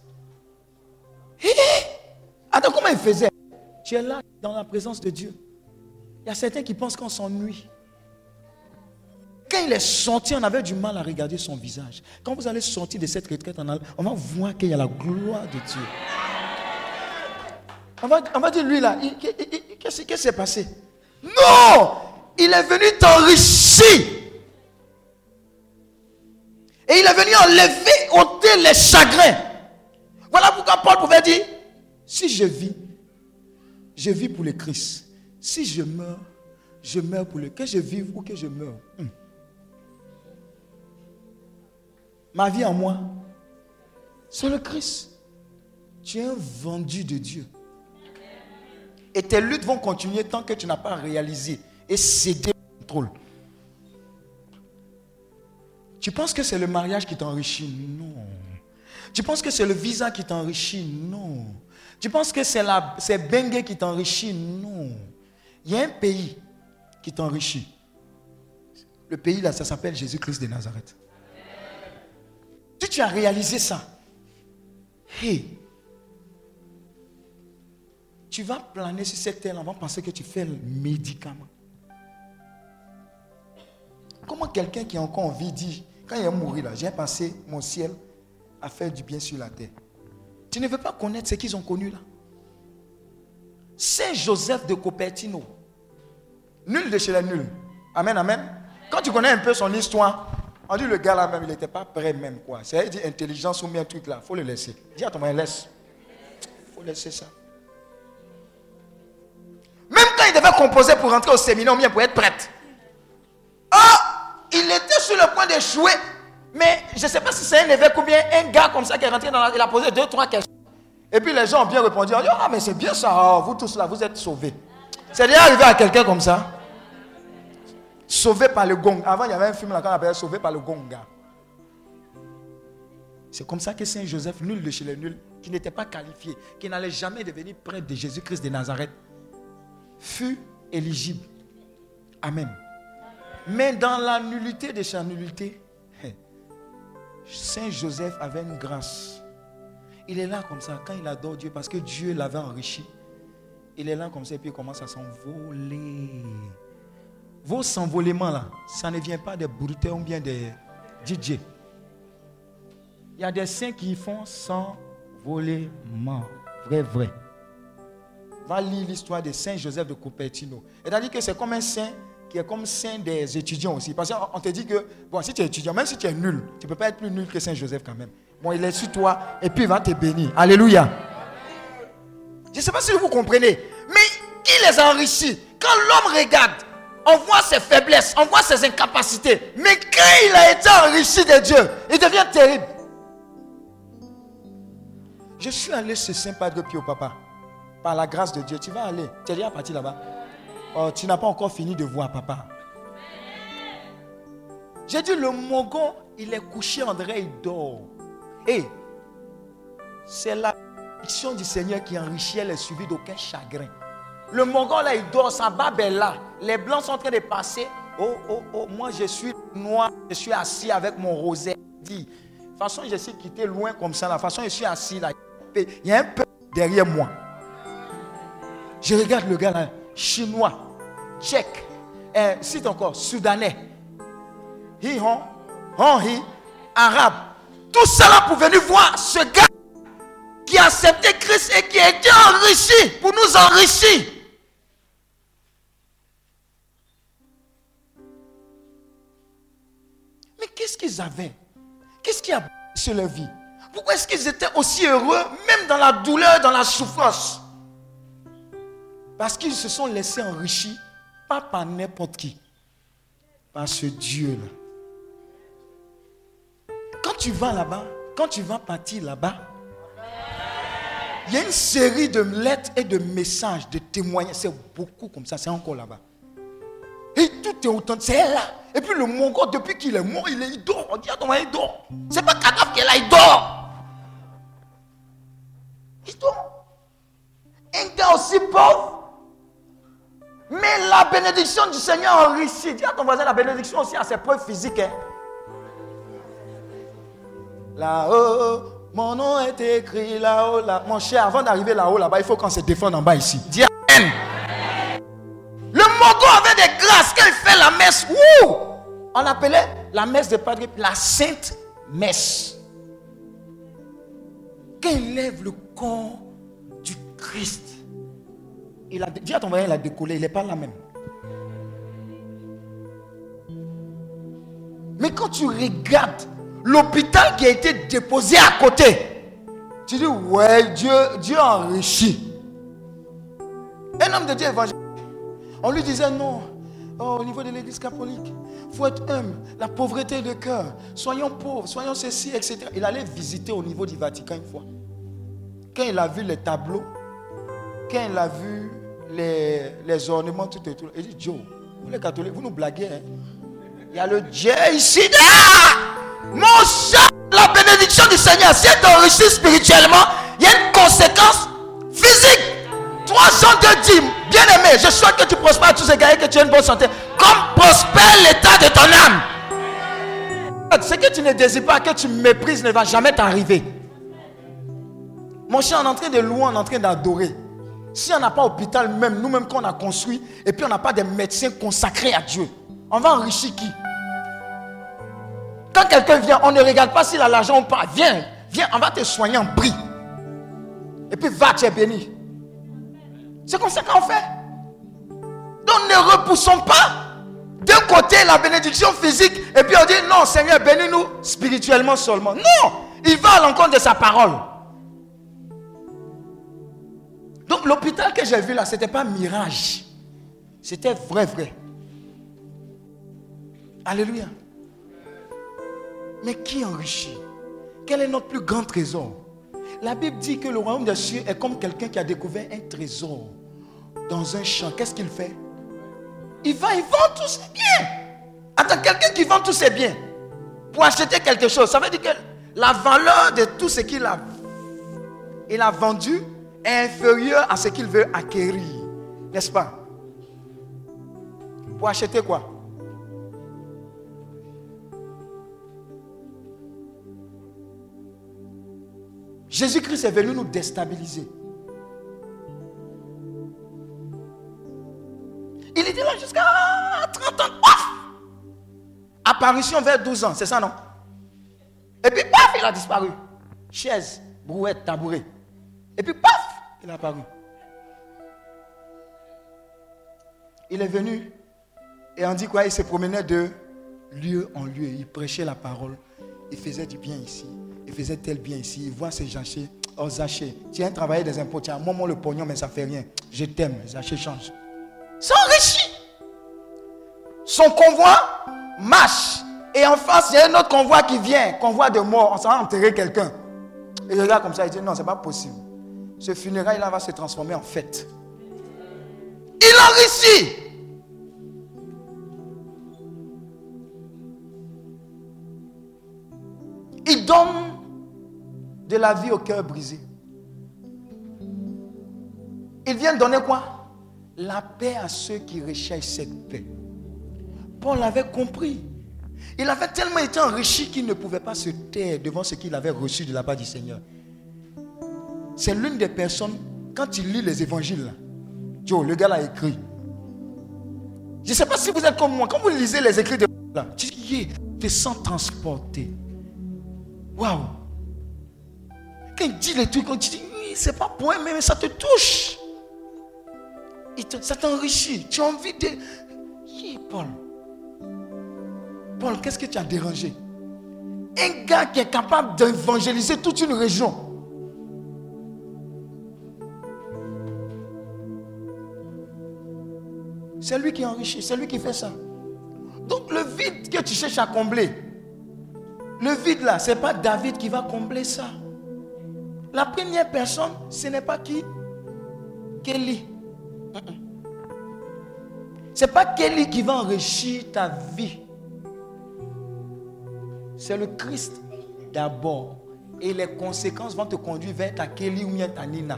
S3: Attends, comment il faisait? Tu es là dans la présence de Dieu. Il y a certains qui pensent qu'on s'ennuie. Quand il est sorti, on avait du mal à regarder son visage. Quand vous allez sortir de cette retraite, on va voir qu'il y a la gloire de Dieu. On va dire, lui là, qu'est-ce qui s'est passé? Non! Il est venu t'enrichir. Et il est venu enlever, ôter les chagrins. Voilà pourquoi Paul pouvait dire, si je vis pour le Christ. Si je meurs pour le Christ. Que je vive ou que je meure. Ma vie en moi, c'est le Christ. Tu es un vendu de Dieu. Et tes luttes vont continuer tant que tu n'as pas réalisé et cédé le contrôle. Tu penses que c'est le mariage qui t'enrichit? Non. Tu penses que c'est le visa qui t'enrichit? Non. Tu penses que c'est Bengue qui t'enrichit? Non. Il y a un pays qui t'enrichit. Le pays là, ça s'appelle Jésus-Christ de Nazareth. Si tu as réalisé ça, hey, tu vas planer sur cette terre, on va penser que tu fais le médicament. Comment quelqu'un qui est encore en vie dit, quand il est mort là, j'ai passé mon ciel à faire du bien sur la terre. Tu ne veux pas connaître ce qu'ils ont connu là. Saint Joseph de Cupertino, nul de chez les nuls. Amen, amen. Quand tu connais un peu son histoire, on dit le gars là même, il n'était pas prêt même quoi. C'est dit intelligence ou bien un truc là, il faut le laisser. Dis à ton mari, laisse. Il faut laisser ça. Même quand il devait composer pour rentrer au séminaire, bien pour être prête. Il était sur le point d'échouer. Mais je ne sais pas si c'est un évêque ou bien un gars comme ça qui est rentré dans il a posé 2-3 questions. Et puis les gens ont bien répondu. On dit, ah mais c'est bien ça, vous tous là, vous êtes sauvés. C'est déjà arrivé à quelqu'un comme ça. Sauvé par le gong. Avant il y avait un film là qu'on appelait Sauvé par le gong. C'est comme ça que Saint Joseph, nul de chez les nuls, qui n'était pas qualifié, qui n'allait jamais devenir prêtre de Jésus-Christ de Nazareth, fut éligible. Amen. Mais dans la nullité de sa nullité, Saint Joseph avait une grâce. Il est là comme ça, quand il adore Dieu, parce que Dieu l'avait enrichi. Il est là comme ça et puis il commence à s'envoler. Vos s'envolements là, ça ne vient pas des bruiteurs ou bien des DJ. Il y a des saints qui font s'envolement. Vrai. Va lire l'histoire de Saint Joseph de Cupertino. C'est-à-dire que c'est comme un saint qui est comme saint des étudiants aussi. Parce qu'on te dit que, bon, si tu es étudiant, même si tu es nul, tu ne peux pas être plus nul que Saint Joseph quand même. Bon, il est sur toi et puis il va te bénir. Alléluia. Je ne sais pas si vous comprenez, mais qui les enrichit? Quand l'homme regarde, on voit ses faiblesses, on voit ses incapacités. Mais quand il a été enrichi de Dieu, il devient terrible. Je suis allé chez Saint Padre Pio, papa. Par la grâce de Dieu, tu vas aller. Tu es déjà parti là-bas. Oh, tu n'as pas encore fini de voir, papa. J'ai dit, le Mogon, il est couché, André, il dort. Et c'est la bénédiction du Seigneur qui enrichit, elle est suivie d'aucun chagrin. Le Mogon, là, il dort, sa barbe est là. Les blancs sont en train de passer. Oh, moi, je suis noir, je suis assis avec mon rosaire. De toute façon, je suis quitté loin comme ça. De toute façon, je suis assis là. Il y a un peu derrière moi. Je regarde le gars là, chinois, tchèque, cite encore, soudanais, arabe. Tout cela pour venir voir ce gars qui a accepté Christ et qui a été enrichi pour nous enrichir. Mais qu'est-ce qu'ils avaient? Qu'est-ce qui a sur leur vie? Pourquoi est-ce qu'ils étaient aussi heureux, même dans la douleur, dans la souffrance? Parce qu'ils se sont laissés enrichir, pas par n'importe qui, par ce Dieu-là. Quand tu vas là-bas, quand tu vas partir là-bas, il y a une série de lettres et de messages, de témoignages. C'est beaucoup comme ça, c'est encore là-bas. Et tout est autant, c'est là. Et puis le Mongol, depuis qu'il est mort, il dort. On dit, attends, il dort. C'est pas Kadhafi qui est là, il dort. Il dort. Un gars aussi pauvre. Mais la bénédiction du Seigneur enrichit. Dis à ton voisin, la bénédiction aussi a ses preuves physiques. Hein. Là-haut, mon nom est écrit là-haut. Là. Mon cher, avant d'arriver là-haut, là-bas, il faut qu'on se défende en bas ici. Dis Amen. Le Mogo avait des grâces. Quand il fait la messe, on appelait la messe de Padre la Sainte Messe. Quand il lève le corps du Christ, dis à ton voisin, il a décollé, il n'est pas là même. Mais quand tu regardes l'hôpital qui a été déposé à côté, tu dis, ouais, Dieu enrichit. Un homme de Dieu évangélique, on lui disait non, au niveau de l'église catholique, il faut être humble, la pauvreté de cœur, soyons pauvres, soyons ceci, etc. Il allait visiter au niveau du Vatican une fois. Quand il a vu les tableaux, quand il a vu les ornements, tout et tout, il dit, Joe, vous les catholiques, vous nous blaguez. Hein? Il y a le Dieu ici. Mon cher, la bénédiction du Seigneur, si tu enrichis spirituellement, il y a une conséquence physique. 302 dîmes. Bien aimé, je souhaite que tu prospères à tous égards et que tu aies une bonne santé. Comme prospère l'état de ton âme. Ce que tu ne désires pas, que tu méprises, ne va jamais t'arriver. Mon cher, on est en train de louer, on est en train d'adorer. Si on n'a pas d'hôpital même, nous-mêmes qu'on a construit, et puis on n'a pas de médecins consacrés à Dieu, on va enrichir qui? Quand quelqu'un vient, on ne regarde pas s'il a l'argent ou pas. Viens, on va te soigner en bris. Et puis va, tu es béni. C'est comme ça qu'on fait. Donc ne repoussons pas d'un côté la bénédiction physique et puis on dit non Seigneur bénis-nous spirituellement seulement. Non, il va à l'encontre de sa parole. Donc l'hôpital que j'ai vu là, c'était pas mirage. C'était vrai. Alléluia. Mais qui enrichit? Quel est notre plus grand trésor? La Bible dit que le royaume des cieux est comme quelqu'un qui a découvert un trésor dans un champ. Qu'est-ce qu'il fait? Il vend tous ses biens. Attends, quelqu'un qui vend tous ses biens pour acheter quelque chose, ça veut dire que la valeur de tout ce qu'il a vendu est inférieure à ce qu'il veut acquérir. N'est-ce pas? Pour acheter quoi? Jésus-Christ est venu nous déstabiliser. Il était là jusqu'à 30 ans. Paf! Apparition vers 12 ans, c'est ça non? Et puis paf, il a disparu. Chaise, brouette, tabouret. Et puis paf, il a apparu. Il est venu et on dit quoi? Il se promenait de lieu en lieu. Il prêchait la parole. Il faisait du bien ici. Il faisait tel bien ici. Il voit ses Zaché. Oh Zaché, tu viens travailler des impôts. Tiens, moi le pognon, mais ça fait rien. Je t'aime. Zaché change. S'enrichit. Son convoi marche. Et en face, il y a un autre convoi qui vient. Convoi de mort. On s'en va enterrer quelqu'un. Et il regarde comme ça. Il dit non, c'est pas possible. Ce funérail-là va se transformer en fête. Il enrichit. Il donne de la vie au cœur brisé. Il vient donner quoi? La paix à ceux qui recherchent cette paix. Paul avait compris. Il avait tellement été enrichi qu'il ne pouvait pas se taire devant ce qu'il avait reçu de la part du Seigneur. C'est l'une des personnes, quand tu lis les évangiles, là, Joe, le gars l'a écrit. Je ne sais pas si vous êtes comme moi. Quand vous lisez les écrits de là, tu te sens transporté. Waouh! Quand il dit les trucs, quand tu dis, oui, c'est pas pour eux, mais ça te touche. Ça t'enrichit. Tu as envie de... Paul, qu'est-ce que tu as dérangé? Un gars qui est capable d'évangéliser toute une région. C'est lui qui enrichit, c'est lui qui fait ça. Donc le vide que tu cherches à combler, le vide là, ce n'est pas David qui va combler ça. La première personne, ce n'est pas qui? Kelly. Ce n'est pas Kelly qui va enrichir ta vie. C'est le Christ d'abord. Et les conséquences vont te conduire vers ta Kelly ou bien ta Nina.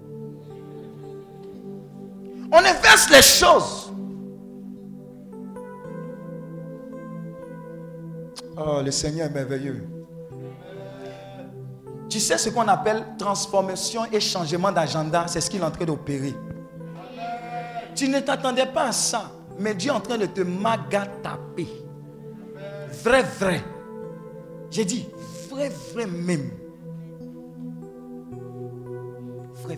S3: On inverse les choses. Oh, le Seigneur est merveilleux. Tu sais ce qu'on appelle transformation et changement d'agenda, c'est ce qu'il est en train d'opérer. Tu ne t'attendais pas à ça, mais Dieu est en train de te magataper. Vrai. J'ai dit vrai même. Vrai.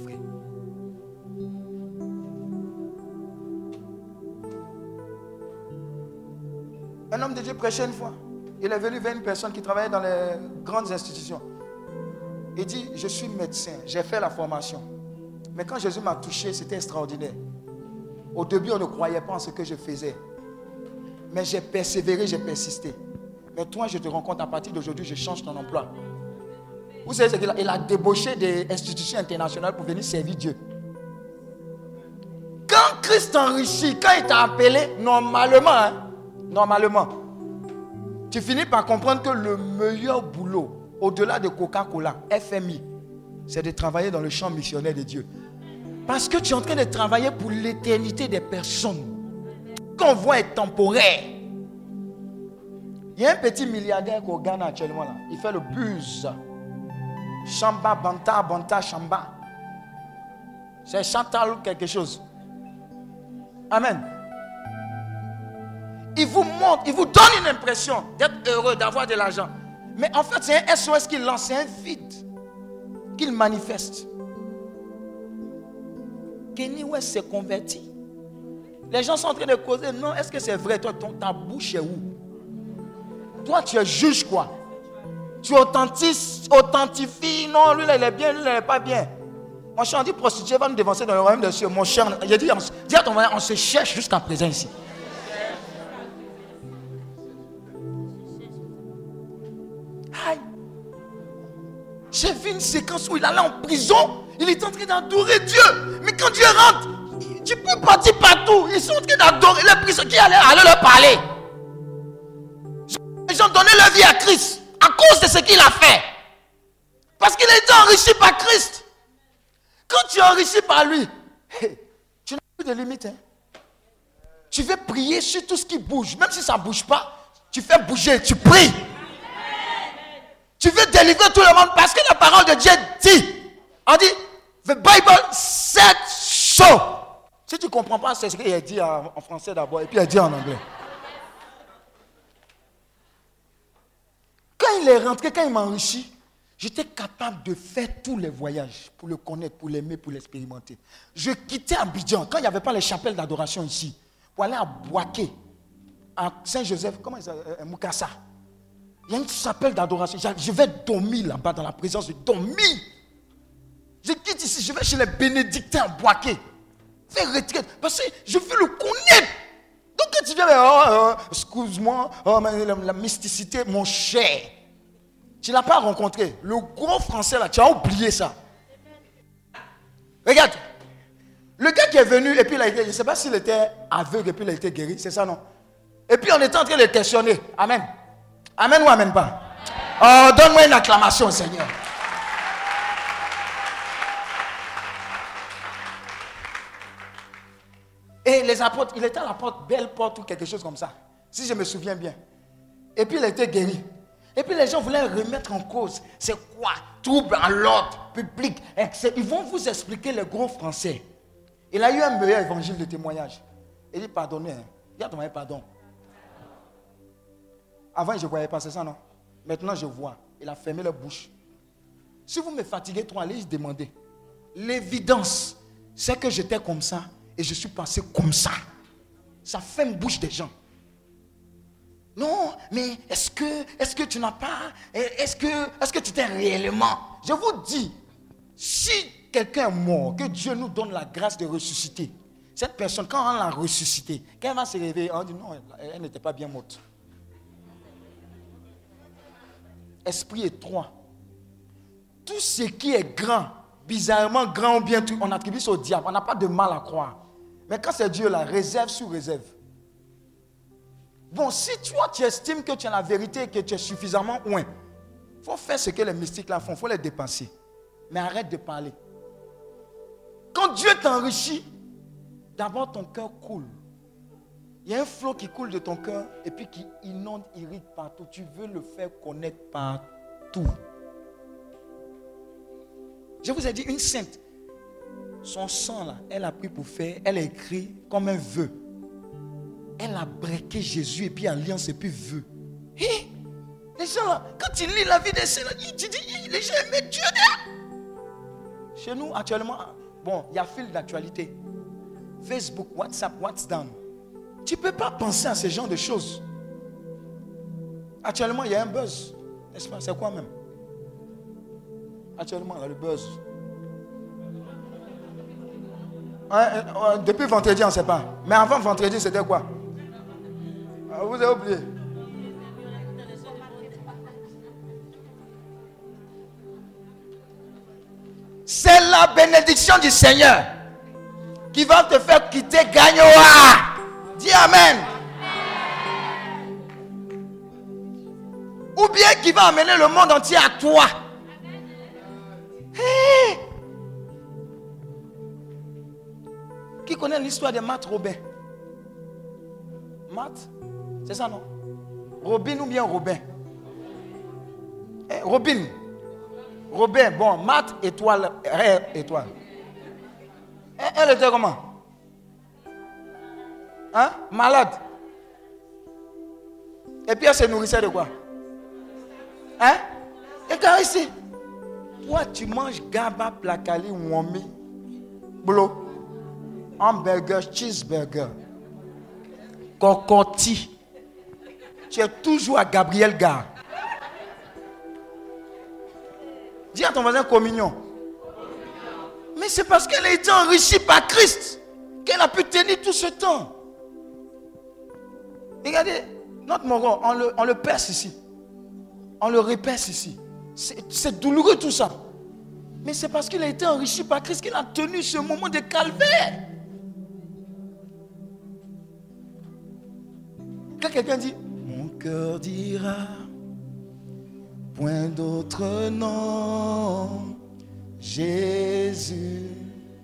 S3: Un homme de Dieu prêchait une fois. Il est venu vers une personne qui travaillait dans les grandes institutions. Il dit, je suis médecin, j'ai fait la formation. Mais quand Jésus m'a touché, c'était extraordinaire. Au début, on ne croyait pas en ce que je faisais. Mais j'ai persévéré, j'ai persisté. Mais toi, je te rencontre à partir d'aujourd'hui, je change ton emploi. Vous savez ce qu'il a? Il a débauché des institutions internationales pour venir servir Dieu. Quand Christ t'enrichit, quand il t'a appelé, normalement, tu finis par comprendre que le meilleur boulot, au-delà de Coca-Cola, FMI, c'est de travailler dans le champ missionnaire de Dieu. Parce que tu es en train de travailler pour l'éternité des personnes. Ce qu'on voit est temporaire. Il y a un petit milliardaire au Ghana actuellement là. Il fait le buzz. Chamba, Banta, Chamba. C'est Chantal ou quelque chose. Amen. Il vous montre, il vous donne une impression d'être heureux, d'avoir de l'argent. Mais en fait, c'est un SOS qu'il lance, c'est un vide qu'il manifeste. Kenny West s'est converti. Les gens sont en train de causer. Non, est-ce que c'est vrai? Toi, ta bouche est où? Toi, tu es juge quoi? Tu authentifies. Non, lui, là, il est bien, lui, là, il n'est pas bien. Mon cher, on dit prostituée va nous dévancer dans le royaume des cieux. Mon cher, j'ai dit, dis à ton voisin, on se cherche jusqu'à présent ici. Aïe. J'ai vu une séquence où il allait en prison. Il est en train d'adorer Dieu. Mais quand Dieu rentre, tu peux partir partout. Ils sont en train d'adorer les prisonniers qui allaient leur parler. Les gens donnaient leur vie à Christ à cause de ce qu'il a fait. Parce qu'il a été enrichi par Christ. Quand tu es enrichi par lui, tu n'as plus de limite. Hein? Tu veux prier sur tout ce qui bouge. Même si ça ne bouge pas, tu fais bouger, tu pries. Tu veux délivrer tout le monde parce que la parole de Dieu dit, on dit, the Bible said so. Si tu ne comprends pas, c'est ce qu'il a dit en français d'abord et puis il a dit en anglais. Quand il est rentré, quand il m'a enrichi, j'étais capable de faire tous les voyages pour le connaître, pour l'aimer, pour l'expérimenter. Je quittais Abidjan, quand il n'y avait pas les chapelles d'adoration ici, pour aller à Boaké, à Saint-Joseph, comment il s'appelle, Moukassa. Il y a une chapelle d'adoration. Je vais dormir là-bas dans la présence de dormir. Je quitte ici, je vais chez les bénédictins à Boaké. Faire retraite, parce que je veux le connaître. Donc quand tu viens, excuse-moi, la mysticité, mon cher. Tu ne l'as pas rencontré. Le gros français là, tu as oublié ça. Regarde. Le gars qui est venu, et puis là, je ne sais pas s'il était aveugle, et puis il a été guéri, c'est ça non? Et puis on était en train de le questionner. Amen. Amen ou amen pas? Oh, donne-moi une acclamation, Seigneur. Et les apôtres, il était à la porte, belle porte ou quelque chose comme ça. Si je me souviens bien. Et puis il a été guéri. Et puis les gens voulaient remettre en cause. C'est quoi? Trouble à l'ordre public. Ils vont vous expliquer les gros français. Il a eu un meilleur évangile de témoignage. Il dit pardonnez. Hein. Il a demandé pardon. Avant je ne voyais pas, c'est ça non? Maintenant je vois. Il a fermé la bouche. Si vous me fatiguez trop, allez demander. L'évidence, c'est que j'étais comme ça et je suis passé comme ça. Ça ferme bouche des gens. Non, mais est-ce que tu n'as pas... Est-ce que tu t'es réellement... Je vous dis, si quelqu'un est mort, que Dieu nous donne la grâce de ressusciter, cette personne, quand on l'a ressuscité, quand elle va se réveiller, on dit non, elle n'était pas bien morte. Esprit étroit. Tout ce qui est grand, bizarrement grand ou bien, on attribue ça au diable. On n'a pas de mal à croire. Mais quand c'est Dieu là, réserve sur réserve. Bon, si toi tu estimes que tu as la vérité et que tu es suffisamment loin, il faut faire ce que les mystiques là font, il faut les dépenser. Mais arrête de parler. Quand Dieu t'enrichit, d'abord ton cœur coule. Il y a un flot qui coule de ton cœur et puis qui inonde, irrite partout. Tu veux le faire connaître partout. Je vous ai dit, une sainte, son sang là, elle a pris pour faire, elle a écrit comme un vœu. Elle a braqué Jésus et puis alliance et puis vœu. Hey, les gens là, quand tu lis la vie des saints, tu dis, les gens aiment Dieu. Chez nous, actuellement, bon, il y a fil d'actualité. Facebook, WhatsApp, WhatsApp. Tu ne peux pas penser à ce genre de choses. Actuellement, il y a un buzz. N'est-ce pas? C'est quoi même? Actuellement, le buzz. Depuis vendredi, on ne sait pas. Mais avant vendredi, c'était quoi? Vous avez oublié. C'est la bénédiction du Seigneur qui va te faire quitter Gagnoa. Dis Amen. qui va amener le monde entier à toi. Hey! Qui connaît l'histoire de Matt Robin? Matt? C'est ça, non? Robin ou bien Robin? Robin. Robin, bon, Matt, étoile, étoile. Elle était comment? Hein? Malade. Et puis elle se nourrissait de quoi? Hein? Et quand ici, toi tu manges gaba, placali, wami, blo, hamburger, cheeseburger, cocotti. Tu es toujours à Gabriel Gare. Dis à ton voisin communion. Mais c'est parce qu'elle a été enrichie par Christ qu'elle a pu tenir tout ce temps. Regardez, notre moron, on le perce ici. On le réperce ici. C'est douloureux tout ça. Mais c'est parce qu'il a été enrichi par Christ qu'il a tenu ce moment de calvaire. Quand quelqu'un dit, mon cœur dira, point d'autre nom, Jésus,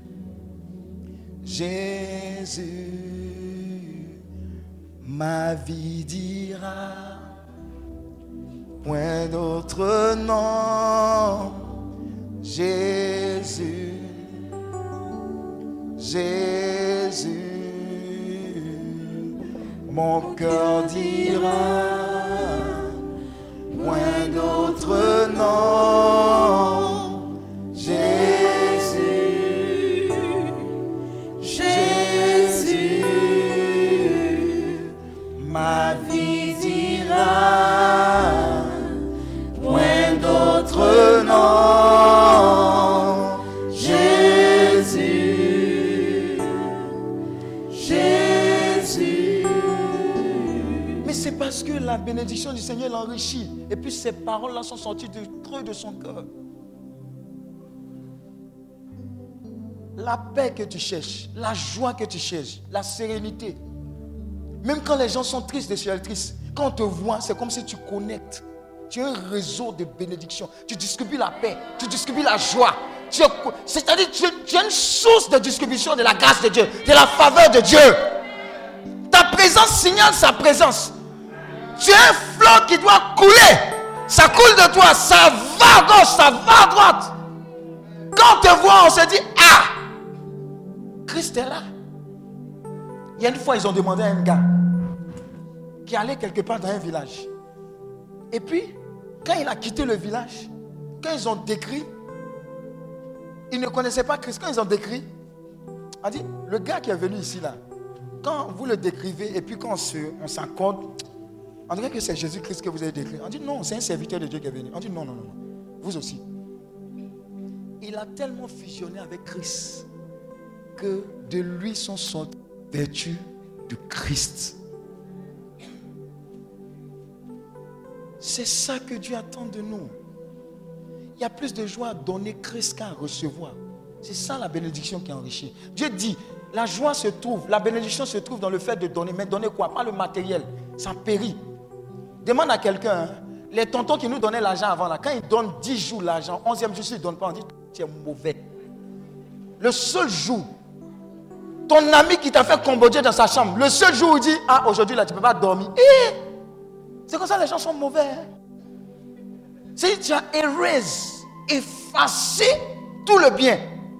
S3: Jésus, ma vie dira, point d'autre nom, Jésus, Jésus, mon cœur dira, point d'autre nom, Jésus, Jésus, ma vie dira, point d'autre nom, Jésus, Jésus. Mais c'est parce que la bénédiction du Seigneur l'enrichit. Et puis ces paroles-là sont sorties du creux de son cœur. La paix que tu cherches, la joie que tu cherches, la sérénité. Même quand les gens sont tristes et tristes, quand on te voit, c'est comme si tu connectes. Tu as un réseau de bénédiction. Tu distribues la paix, tu distribues la joie. C'est-à-dire que tu as une source de distribution de la grâce de Dieu, de la faveur de Dieu. Ta présence signale sa présence. Tu as un flot qui doit couler. Ça coule de toi, ça va à gauche, ça va à droite. Quand on te voit, on se dit, ah, Christ est là. Il y a une fois, ils ont demandé à un gars qui allait quelque part dans un village. Et puis, quand il a quitté le village, quand ils ont décrit, ils ne connaissaient pas Christ. Quand ils ont décrit, on dit, le gars qui est venu ici là, quand vous le décrivez et puis quand on s'accorde, on dirait que c'est Jésus-Christ que vous avez décrit. On dit non, c'est un serviteur de Dieu qui est venu. On dit non, non, non, vous aussi. Il a tellement fusionné avec Christ que de lui sont sorties les vertus de Christ. C'est ça que Dieu attend de nous. Il y a plus de joie à donner Christ qu'à recevoir. C'est ça la bénédiction qui enrichit. Dieu dit, la joie se trouve, la bénédiction se trouve dans le fait de donner. Mais donner quoi? Pas le matériel. Ça périt. Demande à quelqu'un, hein, les tontons qui nous donnaient l'argent avant, là, quand ils donnent 10 jours l'argent, 11e jour, s'ils ne donnent pas, on dit, tu es mauvais. Le seul jour, ton ami qui t'a fait Cambodge dans sa chambre, le seul jour où il dit, ah, aujourd'hui là, tu ne peux pas dormir. C'est comme ça les gens sont mauvais. Hein? C'est que tu as effacé tout le bien.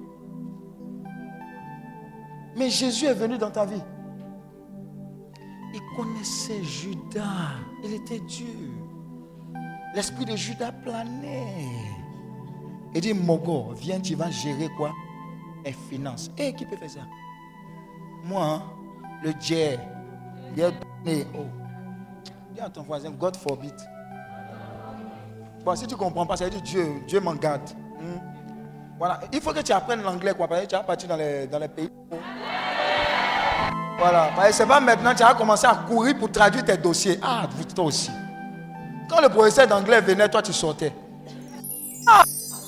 S3: Mais Jésus est venu dans ta vie. Il connaissait Judas. Il était Dieu. L'esprit de Judas planait. Il dit, Mogo, viens, tu vas gérer quoi? Les finances. Et qui peut faire ça? Moi, hein, le Dieu. Il a donné. Oh. Dis à ton voisin, God forbid. Bon, si tu ne comprends pas, ça veut dire Dieu m'en garde. Voilà. Il faut que tu apprennes l'anglais, quoi. Parce que tu vas partir dans les pays. Voilà. Parce que c'est pas maintenant que tu vas commencer à courir pour traduire tes dossiers. Ah, toi aussi. Quand le professeur d'anglais venait, toi tu sortais. Ah.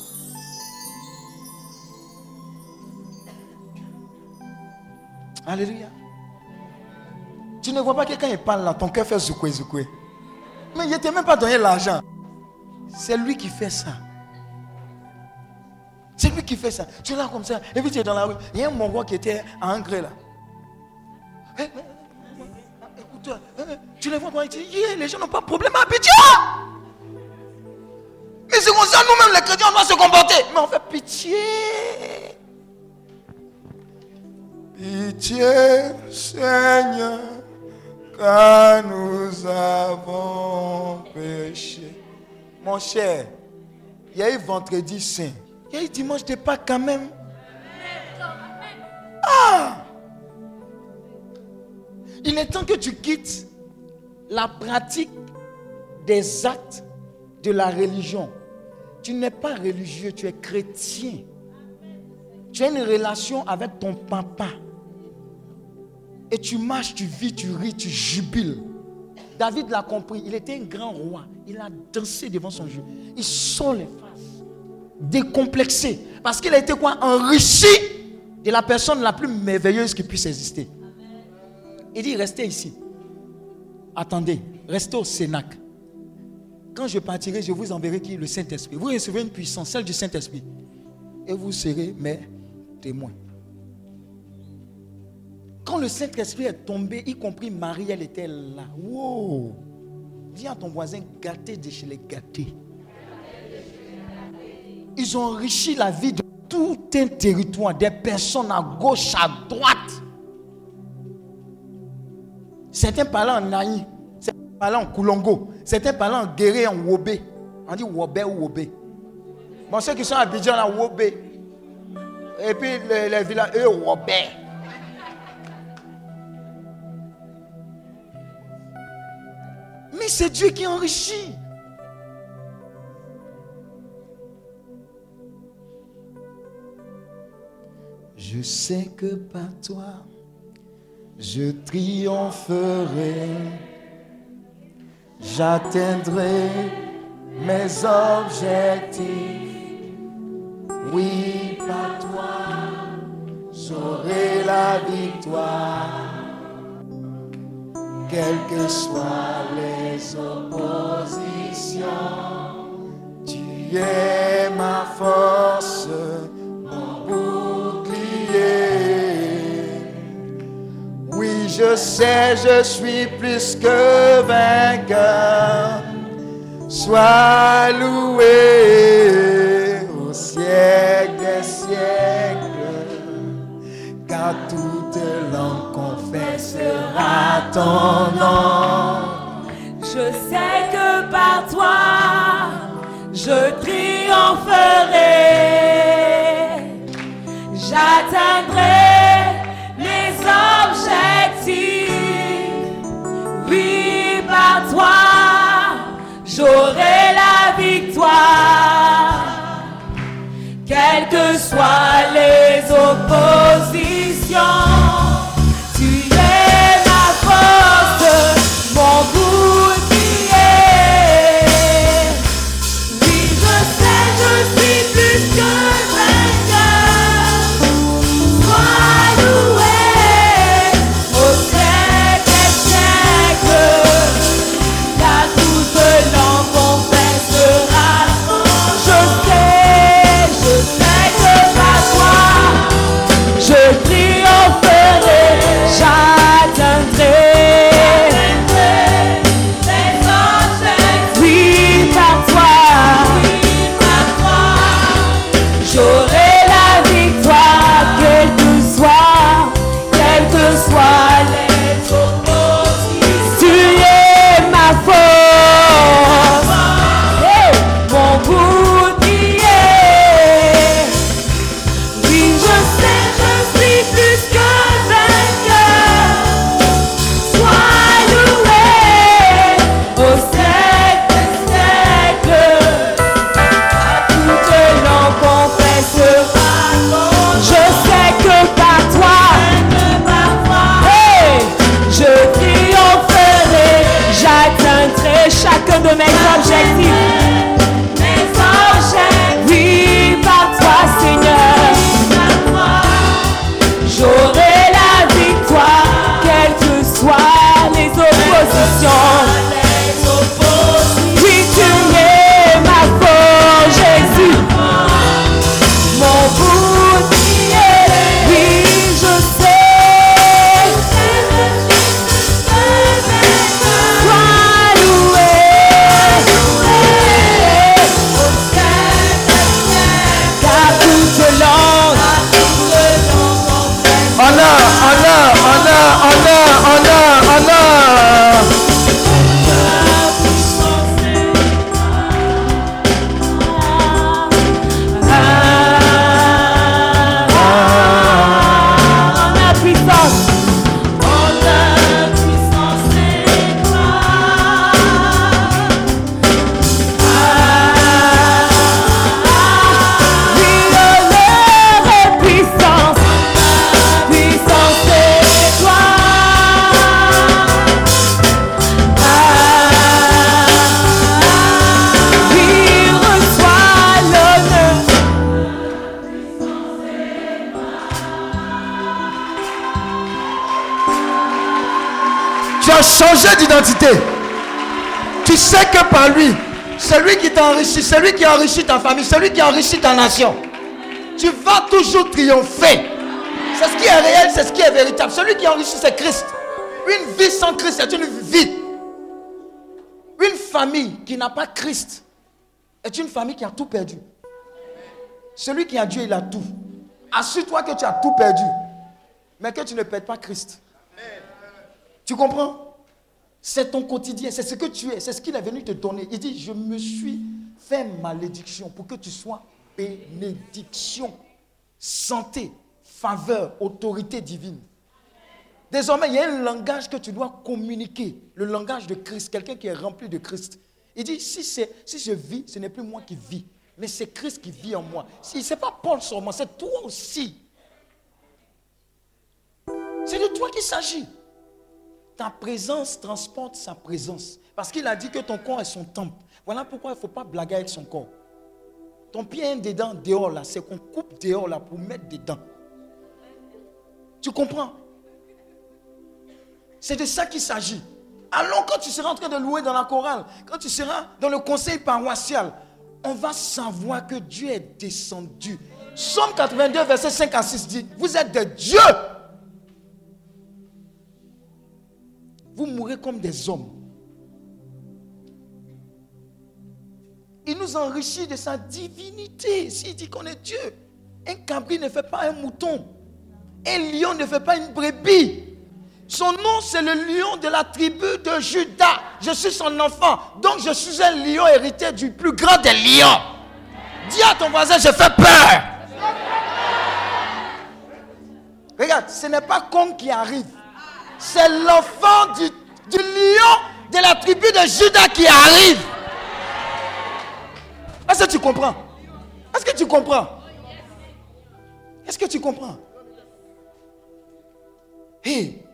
S3: Alléluia. Tu ne vois pas que quand il parle là, ton cœur fait zoukoué, zoukoué. Mais il ne t'a même pas donné l'argent. C'est lui qui fait ça. C'est lui qui fait ça. Tu es là comme ça, et puis tu es dans la rue. Il y a un Mongol qui était à Angers là. Écoute, tu les vois quand ils disent, les gens n'ont pas de problème à pitié. Mais c'est comme ça, nous-mêmes les chrétiens, on doit se comporter. Mais on fait pitié. Pitié, Seigneur, car nous avons péché. Mon cher, il y a eu vendredi saint. Il y a eu dimanche de Pâques quand même. Ah! Il est temps que tu quittes la pratique des actes de la religion. Tu n'es pas religieux, tu es chrétien. Tu as une relation avec ton papa. Et tu marches, tu vis, tu ris, tu jubiles. David l'a compris, il était un grand roi. Il a dansé devant son Dieu. Il sort les faces, décomplexé. Parce qu'il a été quoi? Enrichi de la personne la plus merveilleuse qui puisse exister. Il dit, restez ici. Attendez, restez au Cénacle. Quand je partirai, je vous enverrai qui? Le Saint-Esprit. Vous recevrez une puissance, celle du Saint-Esprit. Et vous serez mes témoins. Quand le Saint-Esprit est tombé, y compris Marie, elle était là. Wow! Dis à ton voisin, gâté de chez les gâtés. Ils ont enrichi la vie de tout un territoire, des personnes à gauche, à droite. Certains parlaient en Naï, certains parlaient en Koulongo, certains parlaient en Guéré, en Wobé. On dit Wobé ou Wobé. Bon, ceux qui sont à Abidjan, là, Wobé. Et puis les villages, eux, Wobé. Mais c'est Dieu qui enrichit. Je sais que par toi, je triompherai. J'atteindrai mes objectifs. Oui, par toi, j'aurai la victoire. Quelles que soient les oppositions, tu es ma force, mon bouclier. Oui, je sais, je suis plus que vainqueur. Sois loué au siècle des siècles, car toute langue confessera ton nom.
S4: Je sais que par toi, je triompherai. J'atteindrai les objectifs. Oui, par toi, j'aurai la victoire. Quelles que soient les oppositions, tu es ma force, mon bouclier. Oui, je sais, je suis plus que vainqueur. Sois loué au siècle des siècles, car toute langue confessera. Je sais que par toi, je triompherai. J'atteindrai les objectifs. Oui, par toi, j'aurai la victoire. Quelles que soient les oppositions, tu es ma force, mon bouclier. Oui, je sais, je suis plus que vainqueur. Sois loué au siècle des siècles, à toute langue confessera. Je sais que par toi, je triompherai. J'atteindrai chacun de mes objectifs. Oui, par toi, Seigneur, j'aurai la victoire. Quelles que soient les oppositions, oui, tu es ma
S3: changer d'identité. Tu sais que par lui, celui qui t'a enrichi, celui qui a enrichi ta famille, celui qui a enrichi ta nation, tu vas toujours triompher. C'est ce qui est réel, c'est ce qui est véritable. Celui qui a enrichi, c'est Christ. Une vie sans Christ, c'est une vie vide. Une famille qui n'a pas Christ est une famille qui a tout perdu. Celui qui a Dieu, il a tout. Assure-toi que tu as tout perdu, mais que tu ne perds pas Christ. Tu comprends? C'est ton quotidien, c'est ce que tu es, c'est ce qu'il est venu te donner. Il dit, je me suis fait malédiction pour que tu sois bénédiction, santé, faveur, autorité divine. Désormais, il y a un langage que tu dois communiquer, le langage de Christ, quelqu'un qui est rempli de Christ. Il dit, si je vis, ce n'est plus moi qui vis, mais c'est Christ qui vit en moi. Ce n'est pas Paul seulement, c'est toi aussi. C'est de toi qu'il s'agit. Ta présence transporte sa présence. Parce qu'il a dit que ton corps est son temple. Voilà pourquoi il ne faut pas blaguer avec son corps. Ton pied est dedans, dehors là, c'est qu'on coupe dehors là pour mettre dedans. Tu comprends? C'est de ça qu'il s'agit. Alors quand tu seras en train de louer dans la chorale, quand tu seras dans le conseil paroissial, on va savoir que Dieu est descendu. Psaume 82, verset 5 à 6 dit, vous êtes des dieux. Vous mourrez comme des hommes. Il nous enrichit de sa divinité. S'il dit qu'on est Dieu, un cabri ne fait pas un mouton. Un lion ne fait pas une brebis. Son nom, c'est le lion de la tribu de Juda. Je suis son enfant. Donc, je suis un lion héritier du plus grand des lions. Dis à ton voisin, je fais peur. Regarde, ce n'est pas Kong qui arrive. C'est l'enfant du lion de la tribu de Juda qui arrive. Est-ce que tu comprends? Est-ce que tu comprends? Est-ce que tu comprends? Hey,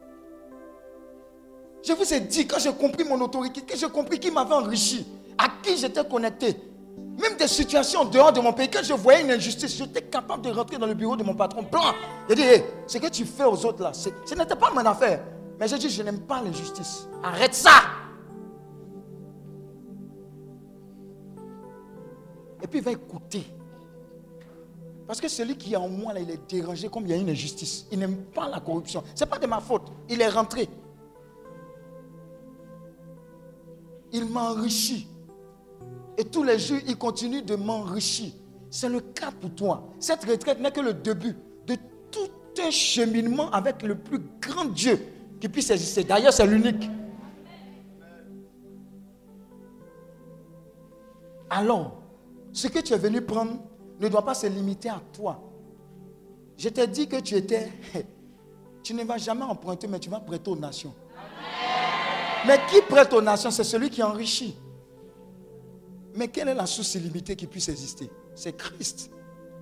S3: je vous ai dit, quand j'ai compris mon autorité, que j'ai compris qui m'avait enrichi, à qui j'étais connecté, même des situations dehors de mon pays, quand je voyais une injustice, j'étais capable de rentrer dans le bureau de mon patron blanc. J'ai dit, hey, ce que tu fais aux autres là, ce n'était pas mon affaire. Mais j'ai dit, je n'aime pas l'injustice. Arrête ça. Et puis il va écouter. Parce que celui qui est en moi là, il est dérangé comme il y a une injustice. Il n'aime pas la corruption. Ce n'est pas de ma faute. Il est rentré. Il m'a enrichi. Et tous les jours, il continue de m'enrichir. C'est le cas pour toi. Cette retraite n'est que le début de tout un cheminement avec le plus grand Dieu qui puisse exister. D'ailleurs, c'est l'unique. Alors, ce que tu es venu prendre ne doit pas se limiter à toi. Je t'ai dit que tu ne vas jamais emprunter, mais tu vas prêter aux nations. Mais qui prête aux nations? C'est celui qui enrichit. Mais quelle est la source illimitée qui puisse exister? C'est Christ.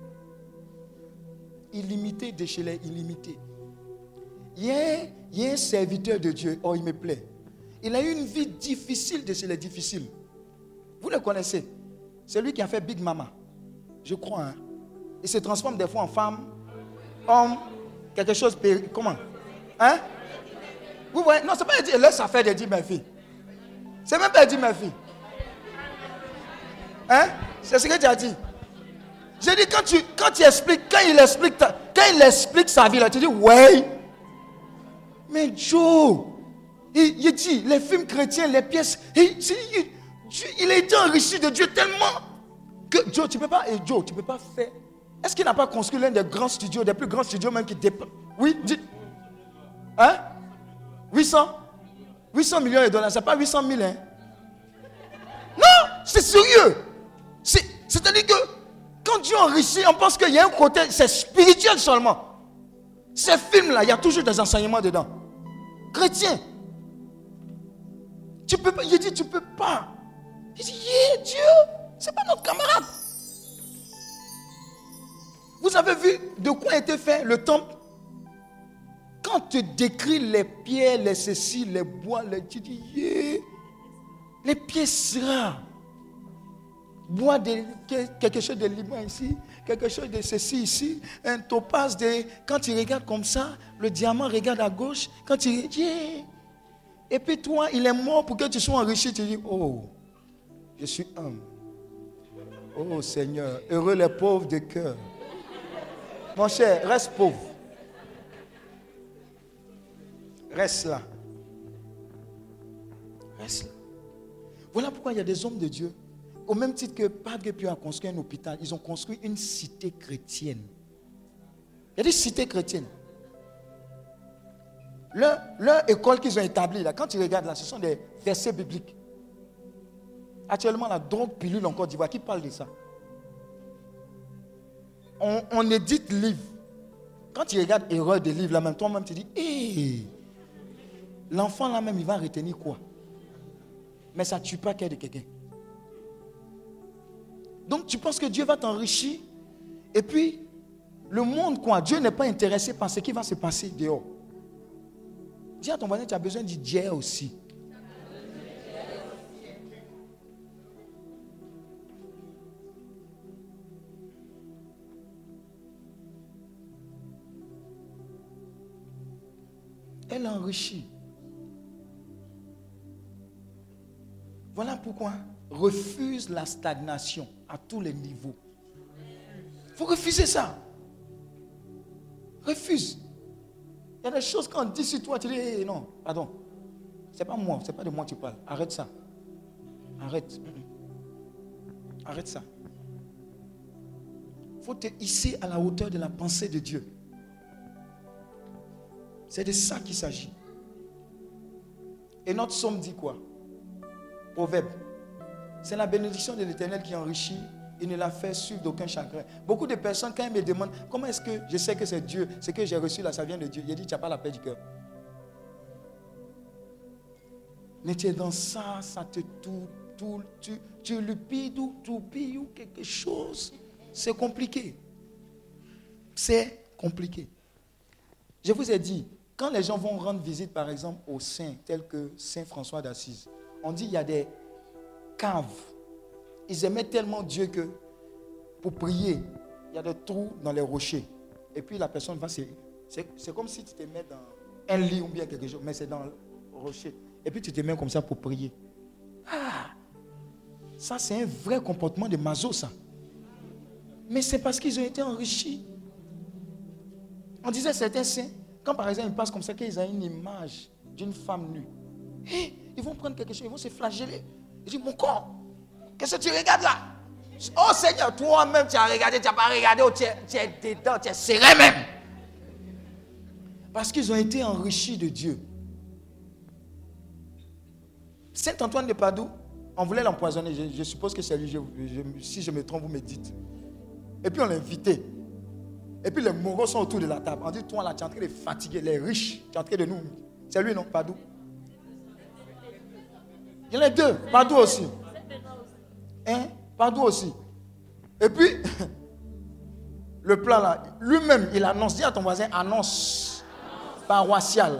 S3: Illimité, déchelé, illimité. Il y a un serviteur de Dieu, oh il me plaît. Il a eu une vie difficile de chez les difficiles. Vous le connaissez. C'est lui qui a fait Big Mama. Je crois. Hein? Il se transforme des fois en femme, homme, quelque chose. Comment? Hein? Vous voyez? Non, c'est pas Eddie. Laisse ça faire Eddie Murphy. C'est même pas Eddie Murphy. Hein? C'est ce que tu as dit. J'ai dit, quand il explique sa vie, là, tu dis, ouais. Mais Joe, il dit, les films chrétiens, les pièces, il a été enrichi de Dieu tellement que Joe, tu peux pas faire. Est-ce qu'il n'a pas construit l'un des grands studios, des plus grands studios même qui dépendent? Oui, dit. Hein? 800 millions de dollars, c'est pas 800 000, hein? Non, c'est sérieux. C'est-à-dire que quand Dieu enrichit, on pense qu'il y a un côté, c'est spirituel seulement. Ces films-là, il y a toujours des enseignements dedans. Chrétien. Tu peux pas, il dit, tu peux pas. Il dit, yeah, Dieu, c'est pas notre camarade. Vous avez vu de quoi était fait le temple? Quand tu décris les pierres, les ceci, les bois, tu dis, yeah, les pièces rares. Bois de quelque chose de liban ici, quelque chose de ceci ici, un topaz de. Quand tu regardes comme ça, le diamant regarde à gauche. Quand tu yeah. Et puis toi, il est mort pour que tu sois enrichi. Tu dis, oh, je suis humble. Oh Seigneur, heureux les pauvres de cœur. Mon cher, reste pauvre. Reste là. Reste là. Voilà pourquoi il y a des hommes de Dieu. Au même titre que Padre Pio a construit un hôpital, ils ont construit une cité chrétienne. Il y a des cités chrétiennes. Leur école qu'ils ont établie, là, quand tu regardes là, ce sont des versets bibliques. Actuellement, la drogue pilule en Côte d'Ivoire, qui parle de ça? On édite livres. Quand tu regardes erreur des livres, là même, toi-même, tu dis, hé, l'enfant là même, il va retenir quoi? Mais ça ne tue pas cœur de quelqu'un. Donc, tu penses que Dieu va t'enrichir, et puis, le monde, quoi, Dieu n'est pas intéressé par ce qui va se passer dehors. Dis à ton voisin, tu as besoin du Dieu aussi. Elle enrichit. Voilà pourquoi refuse la stagnation à tous les niveaux. Il faut refuser ça. Refuse. Il y a des choses qu'on dit sur toi, tu dis hey, non, pardon. C'est pas moi, c'est pas de moi que tu parles. Arrête ça. Arrête. Arrête ça. Il faut te hisser à la hauteur de la pensée de Dieu. C'est de ça qu'il s'agit. Et notre psaume dit quoi? Proverbe. C'est la bénédiction de l'Éternel qui enrichit. Il ne l'a fait suivre d'aucun chagrin. Beaucoup de personnes, quand ils me demandent comment est-ce que je sais que c'est Dieu, ce que j'ai reçu là, ça vient de Dieu. Il dit, tu n'as pas la paix du cœur. Mais tu es dans ça, ça te tu lui pides ou quelque chose. C'est compliqué. C'est compliqué. Je vous ai dit, quand les gens vont rendre visite, par exemple, aux saints, tels que Saint François d'Assise, on dit qu'il y a des caves. Ils aimaient tellement Dieu que pour prier, il y a des trous dans les rochers. Et puis la personne va c'est comme si tu te mets dans un lit ou bien quelque chose, mais c'est dans le rocher. Et puis tu te mets comme ça pour prier. Ah, ça c'est un vrai comportement de maso, ça. Mais c'est parce qu'ils ont été enrichis. On disait certains saints, quand par exemple ils passent comme ça, qu'ils ont une image d'une femme nue. Ils vont prendre quelque chose, ils vont se flageller. Ils disent, mon corps, qu'est-ce que tu regardes là? Oh Seigneur, toi-même tu as regardé, tu n'as pas regardé, tu es dedans, tu es serré même. Parce qu'ils ont été enrichis de Dieu. Saint Antoine de Padoue, on voulait l'empoisonner, je suppose que c'est lui, si je me trompe, vous me dites. Et puis on l'a invité. Et puis les moraux sont autour de la table. On dit, toi là, tu es en train de fatiguer les riches, tu es en train de nous. C'est lui, non, Padoue? Il y en a deux, Padoue aussi. Hein? Padoue aussi. Et puis, le plat là, lui-même, il annonce, dis à ton voisin, annonce paroissiale.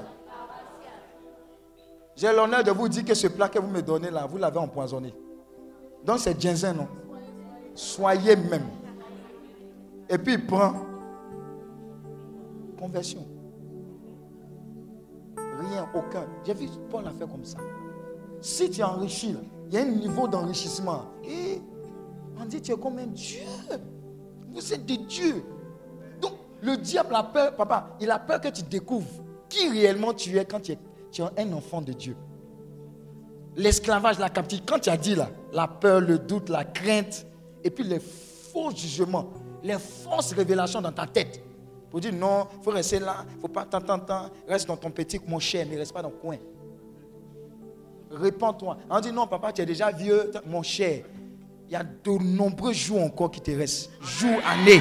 S3: J'ai l'honneur de vous dire que ce plat que vous me donnez là, vous l'avez empoisonné. Donc c'est ginseng, non? Soyez même. Et puis il prend conversion. Rien, aucun. J'ai vu Paul la faire comme ça. Si tu es enrichi, là, il y a un niveau d'enrichissement. Et on dit, tu es comme un Dieu. Vous êtes des dieux. Donc, le diable a peur, papa, il a peur que tu découvres qui réellement tu es quand tu es un enfant de Dieu. L'esclavage, la captivité, quand tu as dit là, la peur, le doute, la crainte, et puis les faux jugements, les fausses révélations dans ta tête. Pour dire non, il faut rester là, il ne faut pas tant, reste dans ton petit, mon cher, ne reste pas dans le coin. Répands-toi. On dit non, papa, tu es déjà vieux, mon cher. Il y a de nombreux jours encore qui te restent. Jours, années.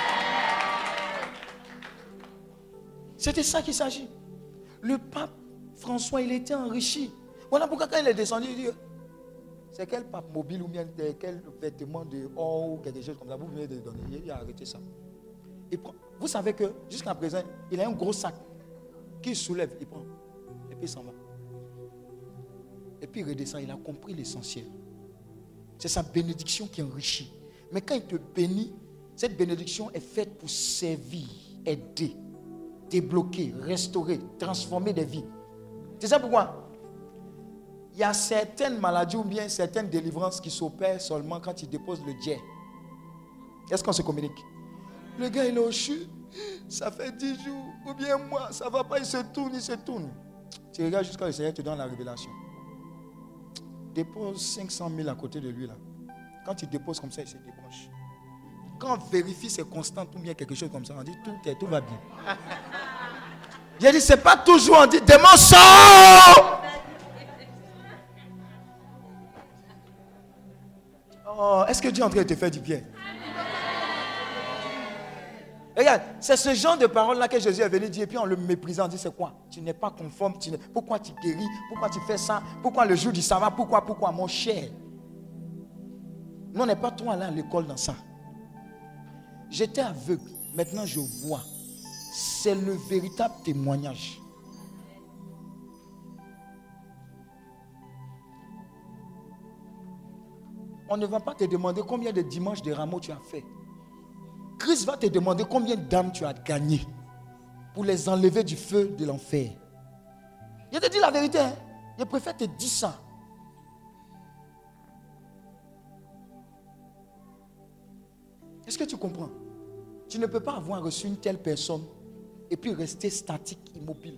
S3: C'était ça qu'il s'agit. Le pape François, il était enrichi. Voilà pourquoi quand il est descendu, il dit, c'est quel pape mobile ou bien quel vêtement de or ou quelque chose comme ça, vous venez de donner. Il a arrêté ça. Vous savez que jusqu'à présent, il a un gros sac qu'il soulève, il prend. Et puis il s'en va. Et puis il redescend, il a compris l'essentiel. C'est sa bénédiction qui enrichit. Mais quand il te bénit, cette bénédiction est faite pour servir, aider, débloquer, restaurer, transformer des vies. C'est ça pourquoi Il y a certaines maladies ou bien certaines délivrances qui s'opèrent seulement quand tu déposes le jet. Est-ce qu'on se communique? Le gars, il est au CHU, ça fait 10 jours, ou bien moi, ça ne va pas, il se tourne. Tu regardes jusqu'à le Seigneur te donne la révélation. Dépose 500 000 à côté de lui là. Quand tu déposes comme ça, il se débranche. Quand on vérifie c'est constant ou bien quelque chose comme ça, on dit tout va bien. J'ai dit, c'est pas toujours, on dit, démon sort! Oh, est-ce que Dieu est en train de te faire du bien? Regarde, c'est ce genre de paroles-là que Jésus est venu dire, et puis on le méprisant, on dit, c'est quoi? Tu n'es pas conforme, pourquoi tu guéris? Pourquoi tu fais ça? Pourquoi le jour du sabbat? Pourquoi, mon cher? Nous, on n'est pas trop allé à l'école dans ça. J'étais aveugle, maintenant je vois. C'est le véritable témoignage. On ne va pas te demander combien de dimanches de rameaux tu as fait. Christ va te demander combien d'âmes tu as gagné pour les enlever du feu de l'enfer. Je te dis la vérité, hein? Je préfère te dire ça. Est-ce que tu comprends? Tu ne peux pas avoir reçu une telle personne et puis rester statique, immobile.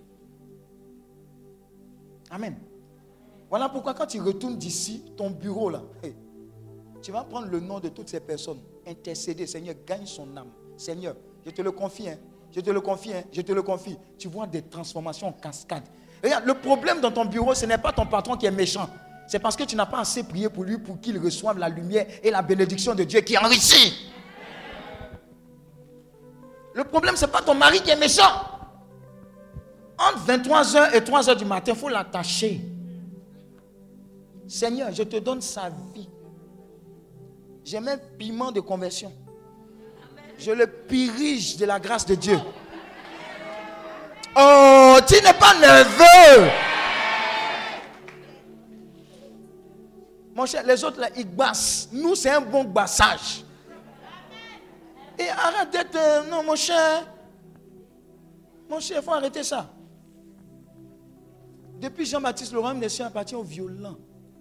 S3: Amen. Voilà pourquoi quand tu retournes d'ici, ton bureau là, tu vas prendre le nom de toutes ces personnes, intercéder. Seigneur, gagne son âme. Seigneur, je te le confie, hein. Je te le confie, hein. Je te le confie. Tu vois des transformations en cascade. Regarde, le problème dans ton bureau, ce n'est pas ton patron qui est méchant. C'est parce que tu n'as pas assez prié pour lui pour qu'il reçoive la lumière et la bénédiction de Dieu qui enrichit. Le problème, ce n'est pas ton mari qui est méchant. Entre 23h et 3h du matin, il faut l'attacher. Seigneur, je te donne sa vie. J'ai même piment de conversion. Je le purige de la grâce de Dieu. Oh, tu n'es pas nerveux. Mon cher, les autres là, ils bassent. Nous, c'est un bon bassage. Et arrête d'être... non, mon cher, il faut arrêter ça. Depuis Jean-Baptiste, le royaume des cieux appartient aux violents.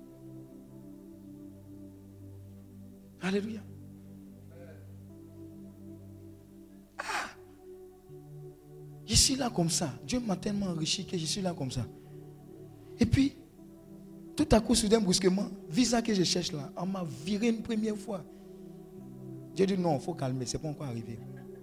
S3: Alléluia. Ah! Je suis là comme ça. Dieu m'a tellement enrichi que je suis là comme ça. Et puis, tout à coup, soudain, brusquement, visa que je cherche là, on m'a viré une première fois. J'ai dit non, il faut calmer, c'est pas encore arrivé.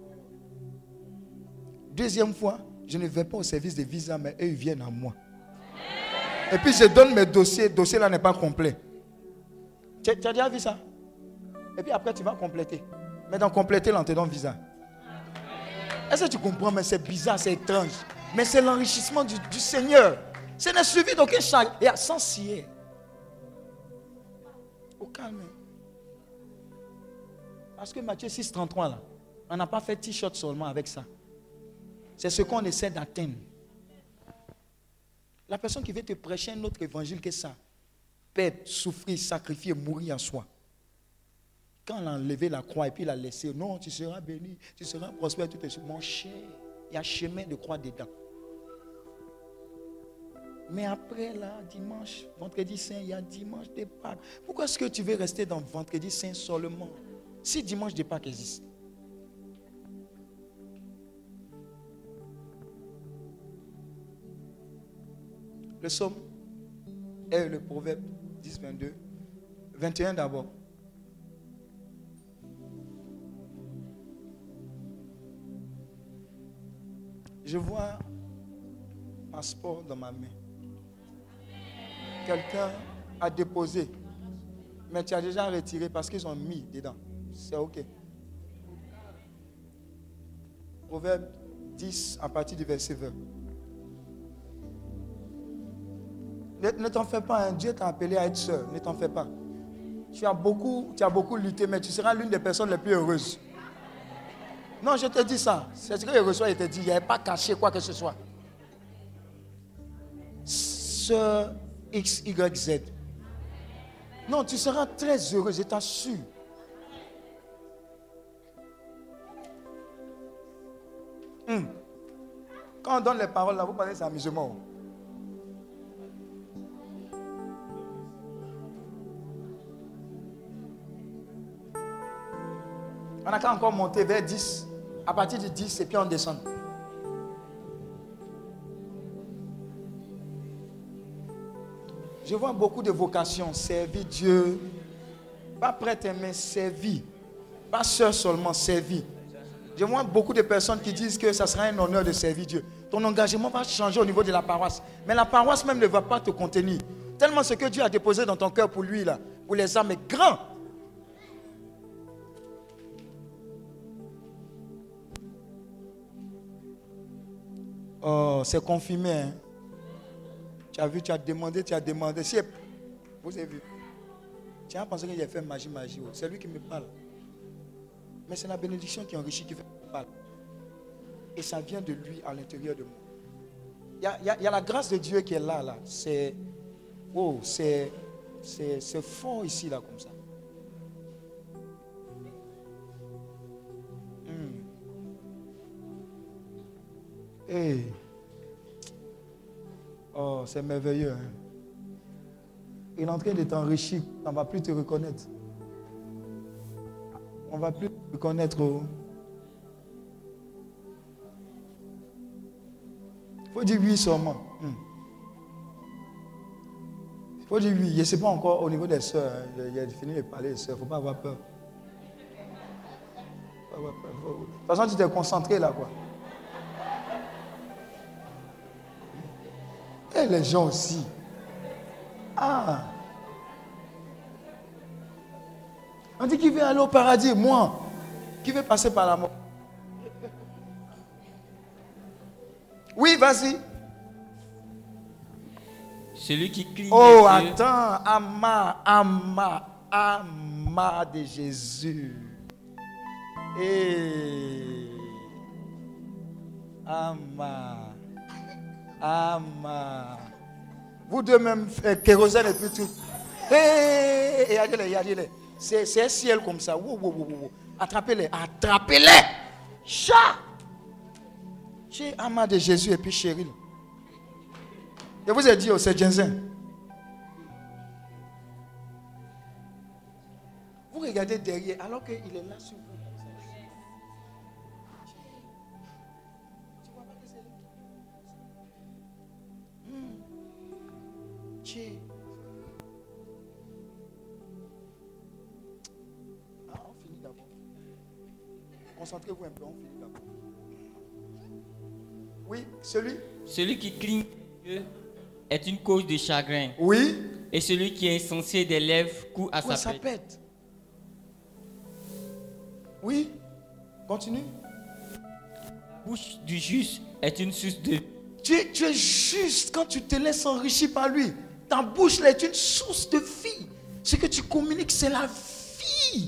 S3: Deuxième fois, je ne vais pas au service de visa, mais eux, ils viennent à moi. Et puis, je donne mes dossiers. Le dossier là n'est pas complet. Tu as déjà vu ça? Et puis après, tu vas compléter. Mais dans compléter, là, on te donne visa. Est-ce que tu comprends? Mais c'est bizarre, c'est étrange. Mais c'est l'enrichissement du Seigneur. Ce n'est suivi d'aucun chagrin. Et sans scier. Au calme. Parce que Matthieu 6,33 là, on n'a pas fait t-shirt seulement avec ça. C'est ce qu'on essaie d'atteindre. La personne qui veut te prêcher un autre évangile que ça, perdre, souffrir, sacrifier, mourir en soi. Quand on a enlevé la croix et puis il a laissé, non, tu seras béni, tu seras prospère, tout est sûr. Mon cher, il y a chemin de croix dedans. Mais après là, dimanche, vendredi saint, il y a dimanche de Pâques. Pourquoi est-ce que tu veux rester dans vendredi saint seulement? Si dimanche de Pâques existe. Le psaume est le proverbe 10, 22, 21 d'abord. Je vois un passeport dans ma main. Quelqu'un a déposé, mais tu as déjà retiré parce qu'ils ont mis dedans. C'est ok. Proverbe 10 à partir du verset 20. Ne t'en fais pas, hein. Dieu t'a appelé à être seul. Ne t'en fais pas. Tu as beaucoup lutté, mais tu seras l'une des personnes les plus heureuses. Non, je te dis ça. C'est ce que je reçois, il te dit. Il n'y avait pas caché quoi que ce soit. Ce XYZ. Non, tu seras très heureux, je t'assure. Quand on donne les paroles là, vous parlez, c'est amusement. On n'a qu'à encore monter vers 10. À partir de 10, et puis on descend. Je vois beaucoup de vocations. Servir Dieu. Pas prêtre, mais servir. Pas sœur seulement, servir. Je vois beaucoup de personnes qui disent que ça sera un honneur de servir Dieu. Ton engagement va changer au niveau de la paroisse. Mais la paroisse même ne va pas te contenir. Tellement ce que Dieu a déposé dans ton cœur pour lui, là, pour les âmes, est grand. Oh, c'est confirmé. Hein? Tu as vu, tu as demandé. Si, vous avez vu. Tu as pensé que j'ai fait magie. C'est lui qui me parle. Mais c'est la bénédiction qui enrichit, qui fait me parle. Et ça vient de lui à l'intérieur de moi. Il y a la grâce de Dieu qui est là. C'est fort ici, là, comme ça. Hey. Oh, c'est merveilleux. Hein? Il est en train de t'enrichir. On ne va plus te reconnaître. On ne va plus te reconnaître. Il faut dire oui seulement. Il faut dire oui. Je ne sais pas encore au niveau des sœurs. Hein. Il a fini de parler des sœurs. Il ne faut pas avoir peur. De toute façon, tu t'es concentré là, quoi. Et les gens aussi. Ah. On dit qu'il veut aller au paradis. Moi, qui veut passer par la mort. Oui, vas-y.
S6: Celui qui cligne.
S3: Oh, attends. Ama de Jésus. Et Ama. Vous deux même, kérosène et puis tout. Et regardez-les. C'est un ciel comme ça. Wow. Attrapez-les. Chat. Chez Ama de Jésus et puis Cheryl. Je vous ai dit, c'est Jensen. Vous regardez derrière alors qu'il est là sur vous. On finit d'abord. Concentrez-vous un peu, on finit d'abord. Oui, celui
S6: qui cligne est une cause de chagrin.
S3: Oui.
S6: Et celui qui est insensé des lèvres court à sa
S3: pète. Oui. Continue.
S6: La bouche du juste est une source de...
S3: Tu es juste quand tu te laisses enrichir par lui. Ta bouche là est une source de vie. Ce que tu communiques, c'est la vie.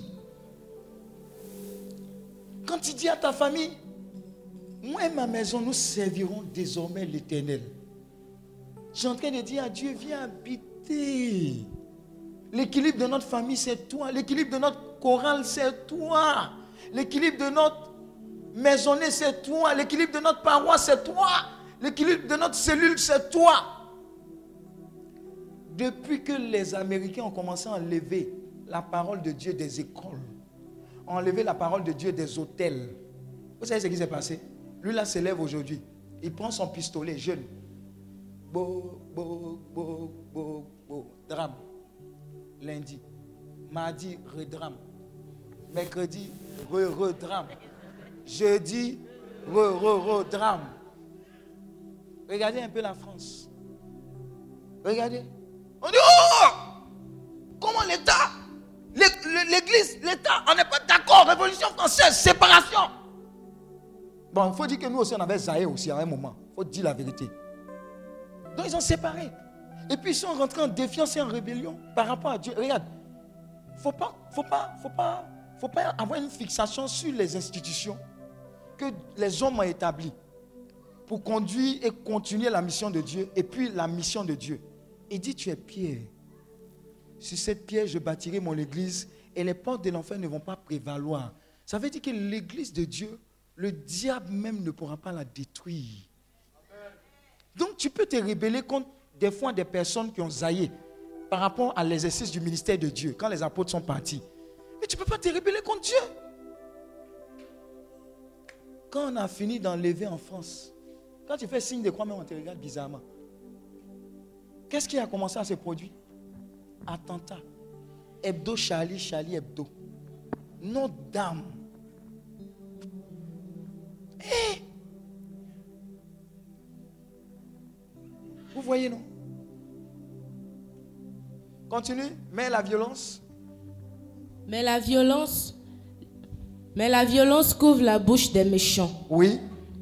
S3: Quand tu dis à ta famille, moi et ma maison, nous servirons désormais l'Éternel. Je suis en train de dire à Dieu, viens habiter. L'équilibre de notre famille, c'est toi. L'équilibre de notre chorale, c'est toi. L'équilibre de notre maisonnée, c'est toi. L'équilibre de notre paroisse, c'est toi. L'équilibre de notre cellule, c'est toi. Depuis que les Américains ont commencé à enlever la parole de Dieu des écoles, ont enlevé la parole de Dieu des hôtels, vous savez ce qui s'est passé? Lui là se lève aujourd'hui. Il prend son pistolet jeune. Drame. Lundi. Mardi, redrame. Mercredi, re-drame. Jeudi, re-drame. Regardez un peu la France. Regardez. On dit, oh! Comment l'État, l'Église, l'État, on n'est pas d'accord. Révolution française, séparation. Bon, il faut dire que nous aussi, on avait zaï aussi à un moment. Il faut dire la vérité. Donc, ils ont séparé. Et puis, ils sont rentrés en défiance et en rébellion par rapport à Dieu. Regarde, faut pas avoir une fixation sur les institutions que les hommes ont établies pour conduire et continuer la mission de Dieu. Et puis, la mission de Dieu. Il dit, tu es pierre. Sur cette pierre, je bâtirai mon église et les portes de l'enfer ne vont pas prévaloir. Ça veut dire que l'église de Dieu, le diable même ne pourra pas la détruire. Donc tu peux te rebeller contre des fois des personnes qui ont zaillé par rapport à l'exercice du ministère de Dieu quand les apôtres sont partis. Mais tu ne peux pas te rebeller contre Dieu. Quand on a fini d'enlever en France, quand tu fais signe de croix, même on te regarde bizarrement. Qu'est-ce qui a commencé à se produire? Attentat. Hebdo, Charlie, Charlie, Hebdo. Nos dames. Hey! Vous voyez, non? Continue. Mais la violence.
S2: Mais la violence couvre la bouche des méchants.
S3: Oui.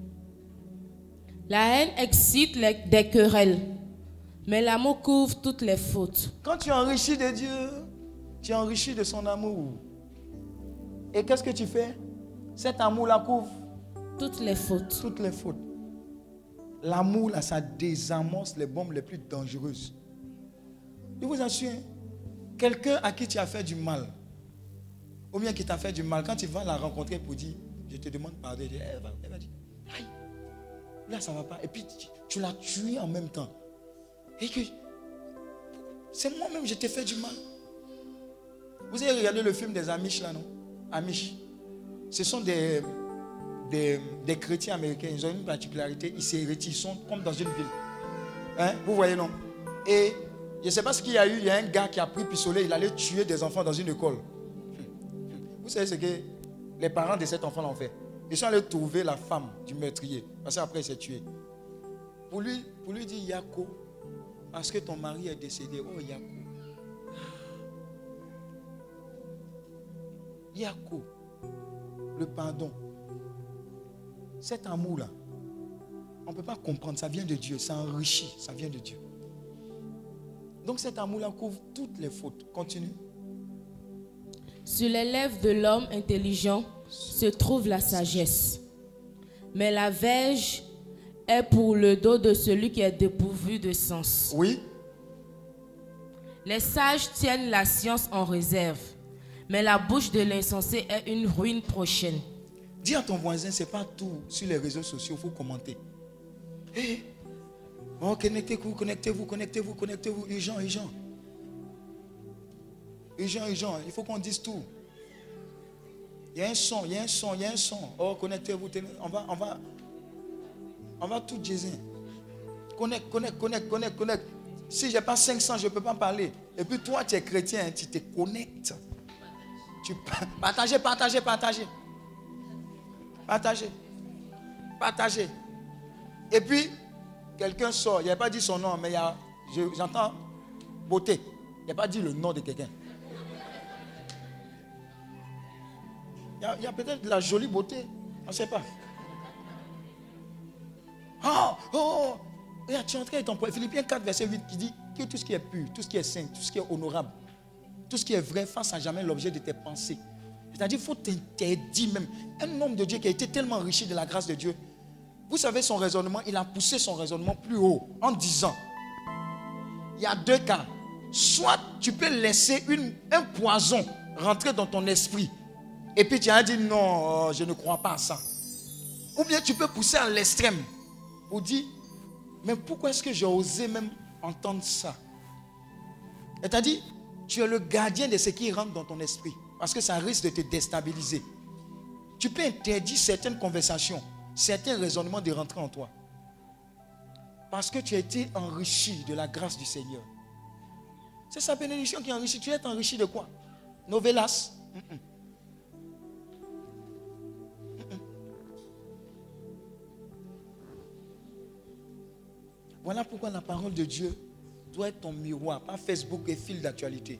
S2: La haine excite des querelles, mais l'amour couvre toutes les fautes.
S3: Quand tu es enrichi de Dieu, tu es enrichi de son amour. Et qu'est-ce que tu fais? Cet amour-là couvre
S2: toutes les fautes.
S3: Toutes les fautes. L'amour, là, ça désamorce les bombes les plus dangereuses. Je vous assure, quelqu'un à qui tu as fait du mal, ou bien qui t'a fait du mal, quand tu vas la rencontrer pour dire, je te demande pardon, elle va dire, aïe, là ça ne va pas. Et puis tu l'as tué en même temps. Et que c'est moi-même, je t'ai fait du mal. Vous avez regardé le film des Amish là, non? Amish. Ce sont des chrétiens américains. Ils ont une particularité. Ils s'héritent, ils sont comme dans une ville. Hein? Vous voyez, non? Et je ne sais pas ce qu'il y a eu. Il y a un gars qui a pris pistolet. Il allait tuer des enfants dans une école. Vous savez ce que les parents de cet enfant l'ont fait? Ils sont allés trouver la femme du meurtrier. Parce qu'après, il s'est tué. Pour lui dire, Yako, parce que ton mari est décédé. Oh, Yako. Yako. Le pardon. Cet amour-là, on ne peut pas comprendre. Ça vient de Dieu. Ça enrichit. Ça vient de Dieu. Donc cet amour-là couvre toutes les fautes. Continue.
S2: Sur les lèvres de l'homme intelligent se trouve la sagesse. Mais la verge est pour le dos de celui qui est dépourvu de sens.
S3: Oui.
S2: Les sages tiennent la science en réserve. Mais la bouche de l'insensé est une ruine prochaine.
S3: Dis à ton voisin, ce n'est pas tout sur les réseaux sociaux, il faut commenter. Hey. Oh, connectez-vous, urgent. Urgent, il faut qu'on dise tout. Il y a un son. Oh, connectez-vous, on va tout diaiser. Connecte. Si je n'ai pas 500, je ne peux pas parler. Et puis toi, tu es chrétien, tu te connectes. Tu partagez. Et puis, quelqu'un sort, il n'a pas dit son nom, mais j'entends beauté. Il n'a pas dit le nom de quelqu'un. Il y a peut-être de la jolie beauté, on ne sait pas. Oh, regarde, tu es entré avec ton point. Philippiens 4, verset 8, qui dit que tout ce qui est pur, tout ce qui est saint, tout ce qui est honorable, tout ce qui est vrai, fasse à jamais l'objet de tes pensées. C'est-à-dire, il faut t'interdire même. Un homme de Dieu qui a été tellement enrichi de la grâce de Dieu, vous savez son raisonnement, il a poussé son raisonnement plus haut en disant, il y a deux cas. Soit tu peux laisser un poison rentrer dans ton esprit et puis tu as dit non, je ne crois pas à ça. Ou bien tu peux pousser à l'extrême pour dire, mais pourquoi est-ce que j'ai osé même entendre ça? C'est-à-dire, tu es le gardien de ce qui rentre dans ton esprit parce que ça risque de te déstabiliser. Tu peux interdire certaines conversations, certains raisonnements de rentrer en toi. Parce que tu as été enrichi de la grâce du Seigneur. C'est sa bénédiction qui enrichit. Tu es enrichi de quoi? Novelas. Voilà pourquoi la parole de Dieu doit être ton miroir, pas Facebook et fil d'actualité.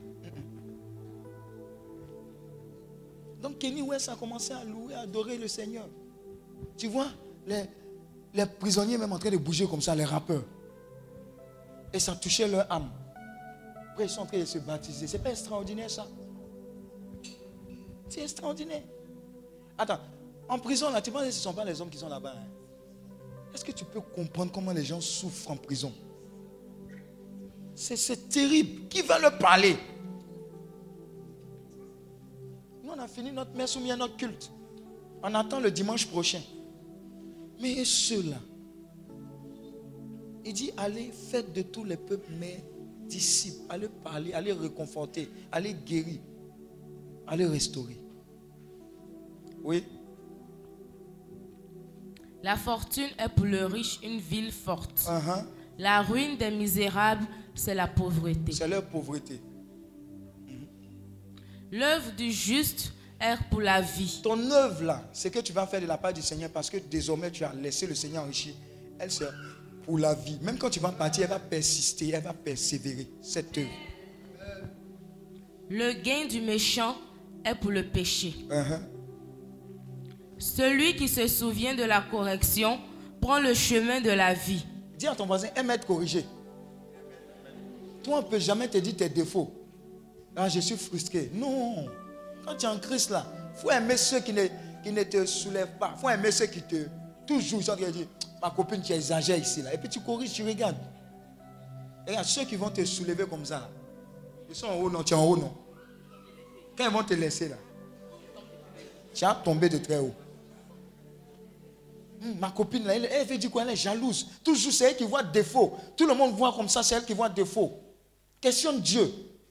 S3: Donc Kenny West a commencé à louer, à adorer le Seigneur. Tu vois, les prisonniers même en train de bouger comme ça, les rappeurs. Et ça touchait leur âme. Après ils sont en train de se baptiser. C'est pas extraordinaire ça? C'est extraordinaire. Attends, en prison là, tu penses que ce ne sont pas les hommes qui sont là-bas, hein? Est-ce que tu peux comprendre comment les gens souffrent en prison? C'est terrible. Qui va leur parler? Nous, on a fini notre messe ou bien notre culte. On attend le dimanche prochain. Mais ceux-là, il dit, allez, faites de tous les peuples mes disciples. Allez parler, allez réconforter, allez guérir, allez restaurer. Oui.
S7: La fortune est pour le riche une ville forte.
S3: Uh-huh.
S7: La ruine des misérables, c'est la pauvreté.
S3: C'est leur pauvreté.
S7: L'œuvre du juste est pour la vie.
S3: Ton œuvre là, c'est que tu vas faire de la part du Seigneur parce que désormais tu as laissé le Seigneur enrichir. Elle sert pour la vie. Même quand tu vas partir, elle va persister, elle va persévérer. Cette œuvre.
S7: Le gain du méchant est pour le péché.
S3: Uh-huh.
S7: Celui qui se souvient de la correction prend le chemin de la vie.
S3: Dis à ton voisin, aime être corrigé. Toi, on ne peut jamais te dire tes défauts. Ah, je suis frustré. Non. Quand tu es en Christ là, il faut aimer ceux qui ne te soulèvent pas. Il faut aimer ceux qui te... Toujours, ils sont qui disent, ma copine qui exagère ici là. Et puis tu corriges, tu regardes. Et regarde, ceux qui vont te soulever comme ça, là, ils sont en haut, non, tu es en haut, non. Quand ils vont te laisser là, tu vas tomber de très haut. Ma copine là, elle veut dire quoi? Elle est jalouse. Toujours c'est elle qui voit défaut. Tout le monde voit comme ça, c'est elle qui voit défaut. Questionne Dieu.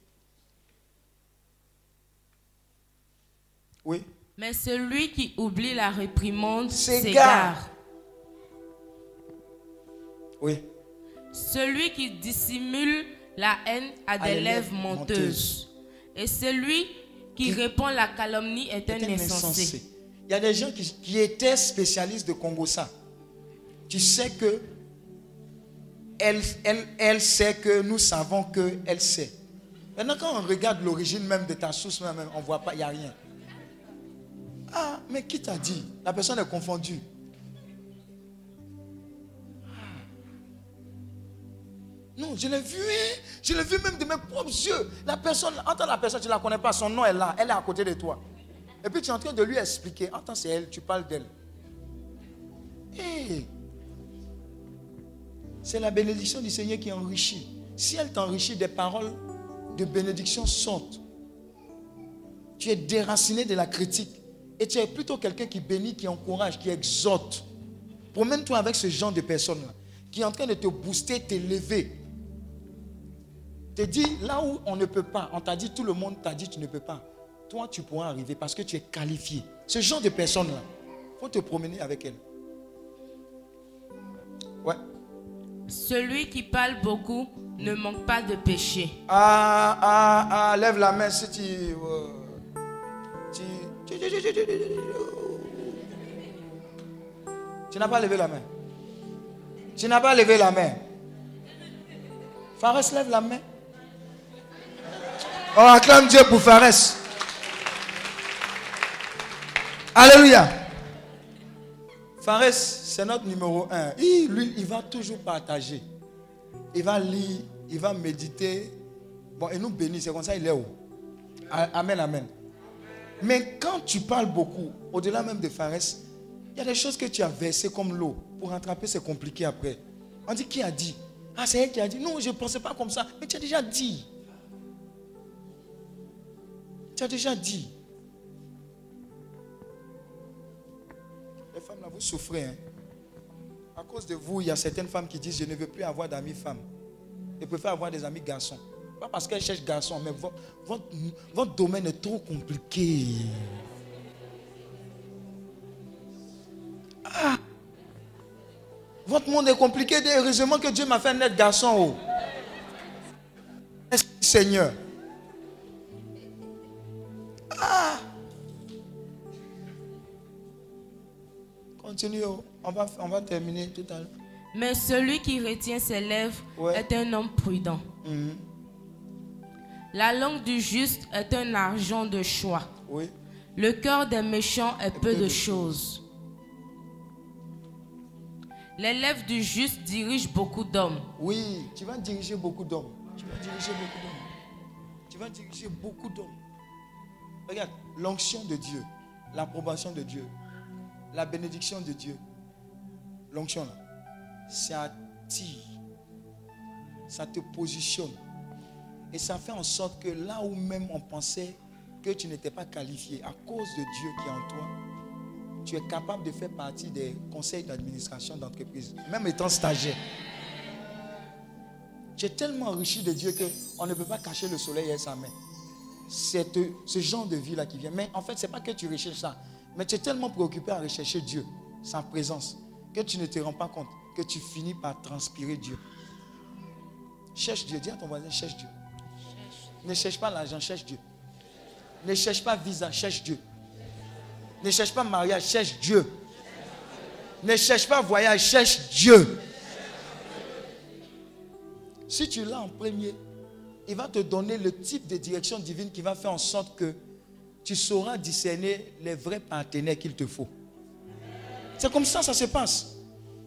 S3: Oui.
S7: Mais celui qui oublie la réprimande
S3: s'égare. Oui.
S7: Celui qui dissimule la haine a des lèvres menteuses. Et celui qui répand la calomnie est un insensé.
S3: Il y a des gens qui étaient spécialistes de Congo-Ça. Tu sais que elle sait que nous savons qu'elle sait. Maintenant, quand on regarde l'origine même de ta source, même, on ne voit pas, il n'y a rien. Ah, mais qui t'a dit? La personne est confondue. Non, je l'ai vu, hein? Je l'ai vu même de mes propres yeux. La personne, entends la personne, tu ne la connais pas, son nom est là, elle est à côté de toi. Et puis tu es en train de lui expliquer, entends, c'est elle, tu parles d'elle. Hey, c'est la bénédiction du Seigneur qui enrichit. Si elle t'enrichit, des paroles de bénédiction sortent. Tu es déraciné de la critique. Et tu es plutôt quelqu'un qui bénit, qui encourage, qui exhorte. Promène-toi avec ce genre de personnes-là, qui est en train de te booster, t'élever. Te dit, là où on ne peut pas, on t'a dit, tout le monde t'a dit, tu ne peux pas. Toi, tu pourras arriver parce que tu es qualifié. Ce genre de personnes-là, il faut te promener avec elles. Ouais.
S7: Celui qui parle beaucoup ne manque pas de péché.
S3: Lève la main si tu n'as pas levé la main. Tu n'as pas levé la main. Fares, lève la main. On acclame Dieu pour Fares. Alléluia. Fares, c'est notre numéro 1. Lui, il va toujours partager. Il va lire, il va méditer. Bon, et nous bénit, c'est comme ça, il est où? Amen, amen. Mais quand tu parles beaucoup, au-delà même de Fares, il y a des choses que tu as versées comme l'eau. Pour rattraper, c'est compliqué après. On dit, qui a dit? Ah, c'est elle qui a dit. Non, je ne pensais pas comme ça. Mais tu as déjà dit. Tu as déjà dit. Les femmes là, vous souffrez. Hein? À cause de vous, il y a certaines femmes qui disent, je ne veux plus avoir d'amis femmes. Je préfère avoir des amis garçons. Pas parce qu'elles cherchent garçons, mais votre domaine est trop compliqué. Ah. Votre monde est compliqué. Heureusement que Dieu m'a fait naître garçon. Merci Seigneur. Ah. Continue. On va terminer tout à l'heure.
S7: Mais celui qui retient ses lèvres est un homme prudent.
S3: Mm-hmm.
S7: La langue du juste est un argent de choix.
S3: Oui.
S7: Le cœur des méchants est peu de choses. Les lèvres du juste dirigent beaucoup d'hommes.
S3: Oui, tu vas diriger beaucoup d'hommes. Tu vas diriger beaucoup d'hommes. Tu vas diriger beaucoup d'hommes. Regarde, l'onction de Dieu, l'approbation de Dieu, la bénédiction de Dieu, l'onction là, ça attire, ça te positionne. Et ça fait en sorte que là où même on pensait que tu n'étais pas qualifié, à cause de Dieu qui est en toi, tu es capable de faire partie des conseils d'administration d'entreprise, même étant stagiaire. Tu es tellement enrichi de Dieu qu'on ne peut pas cacher le soleil à sa main. C'est ce genre de vie-là qui vient. Mais en fait, ce n'est pas que tu recherches ça. Mais tu es tellement préoccupé à rechercher Dieu, sa présence, que tu ne te rends pas compte que tu finis par transpirer Dieu. Cherche Dieu. Dis à ton voisin, cherche Dieu. Ne cherche pas l'argent, cherche Dieu. Ne cherche pas visa, cherche Dieu. Ne cherche pas mariage, cherche Dieu. Ne cherche pas voyage, cherche Dieu. Si tu l'as en premier, il va te donner le type de direction divine qui va faire en sorte que tu sauras discerner les vrais partenaires qu'il te faut. C'est comme ça se passe.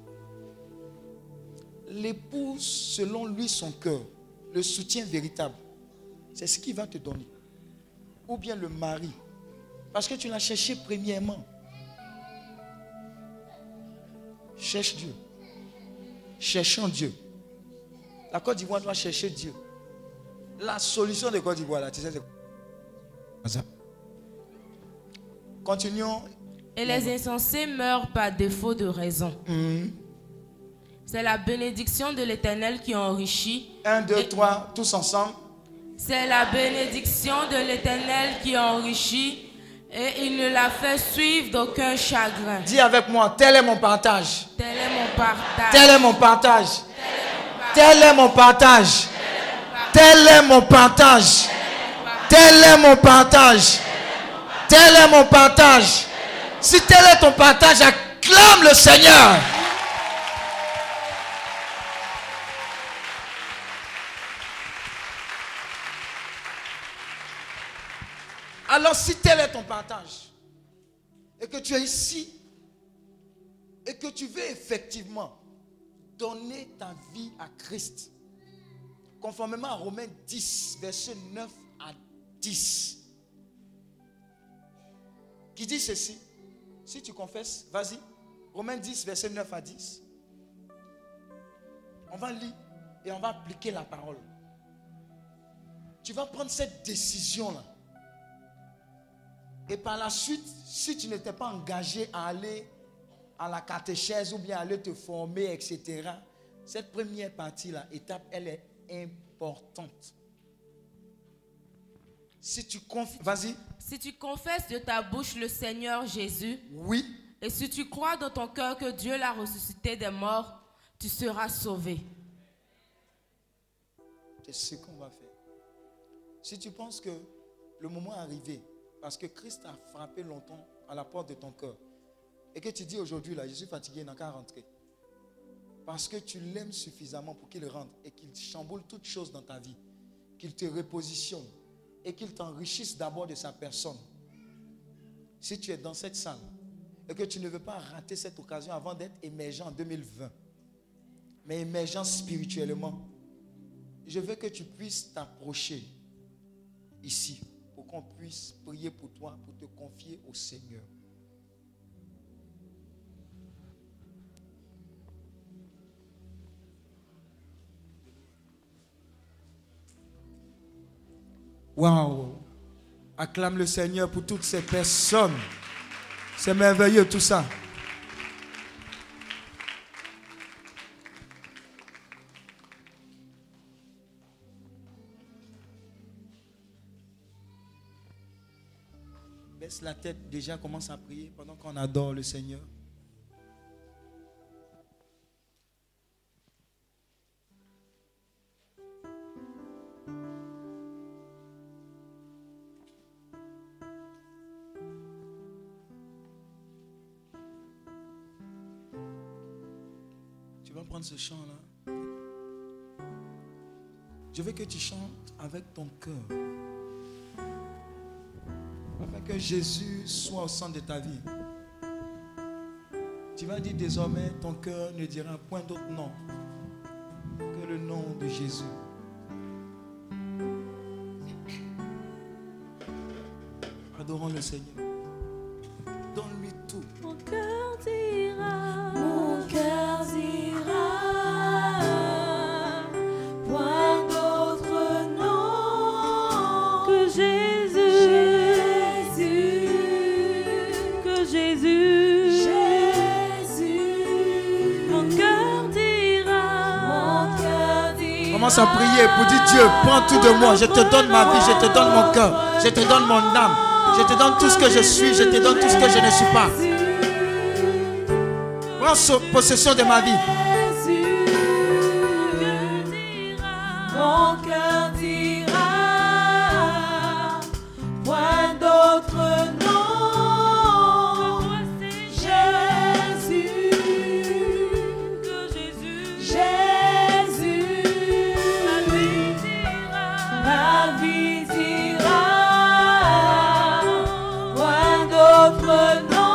S3: L'épouse, selon lui, son cœur, le soutien véritable, c'est ce qu'il va te donner. Ou bien le mari, parce que tu l'as cherché premièrement. Cherche Dieu. Cherchons Dieu. La Côte d'Ivoire doit chercher Dieu. La solution de Côte d'Ivoire, là, tu sais, c'est ça. Continuons.
S7: Et les insensés meurent par défaut de raison. C'est la bénédiction de l'Éternel qui enrichit.
S3: 1, 2, 3, tous ensemble.
S7: C'est la bénédiction de l'Éternel qui enrichit et il ne la fait suivre d'aucun chagrin.
S3: Dis avec moi, tel est mon partage.
S7: Tel est mon partage.
S3: Tel est mon partage. Tel est mon partage. Tel est mon partage. Tel est mon partage. Tel est mon partage. Si tel est ton partage, acclame le Seigneur. Alors si tel est ton partage et que tu es ici et que tu veux effectivement donner ta vie à Christ, conformément à Romains 10, verset 9 à 10, qui dit ceci, si tu confesses, vas-y, Romains 10, verset 9 à 10, on va lire et on va appliquer la parole. Tu vas prendre cette décision-là. Et par la suite, si tu n'étais pas engagé à aller à la catéchèse ou bien aller te former, etc., cette première partie-là, étape, elle est importante. Si tu confesses, vas-y.
S7: Si tu confesses de ta bouche le Seigneur Jésus,
S3: oui.
S7: Et si tu crois dans ton cœur que Dieu l'a ressuscité des morts, tu seras sauvé.
S3: C'est ce qu'on va faire. Si tu penses que le moment est arrivé, parce que Christ a frappé longtemps à la porte de ton cœur, et que tu dis aujourd'hui, là, je suis fatigué, il n'a qu'à rentrer. Parce que tu l'aimes suffisamment pour qu'il rentre et qu'il chamboule toutes choses dans ta vie, qu'il te repositionne et qu'il t'enrichisse d'abord de sa personne. Si tu es dans cette salle et que tu ne veux pas rater cette occasion avant d'être émergent en 2020, mais émergent spirituellement, je veux que tu puisses t'approcher ici pour qu'on puisse prier pour toi, pour te confier au Seigneur. Waouh! Acclame le Seigneur pour toutes ces personnes. C'est merveilleux tout ça. Baisse la tête, déjà commence à prier pendant qu'on adore le Seigneur. Tu vas prendre ce chant-là. Je veux que tu chantes avec ton cœur. Afin que Jésus soit au centre de ta vie. Tu vas dire désormais, ton cœur ne dira point d'autre nom que le nom de Jésus. Adorons le Seigneur. Donne-lui tout.
S2: Mon cœur dira, mon cœur dira, point d'autre nom que Jésus.
S3: Commence à prier pour dire Dieu, prends tout de moi. Je te donne ma vie, je te donne mon cœur, je te donne mon âme, je te donne tout ce que je suis, je te donne tout ce que je ne suis pas. Prends possession de ma vie.
S4: Mon cœur dira, point d'autre nom. Jésus, Jésus, ma vie dira, point d'autre nom.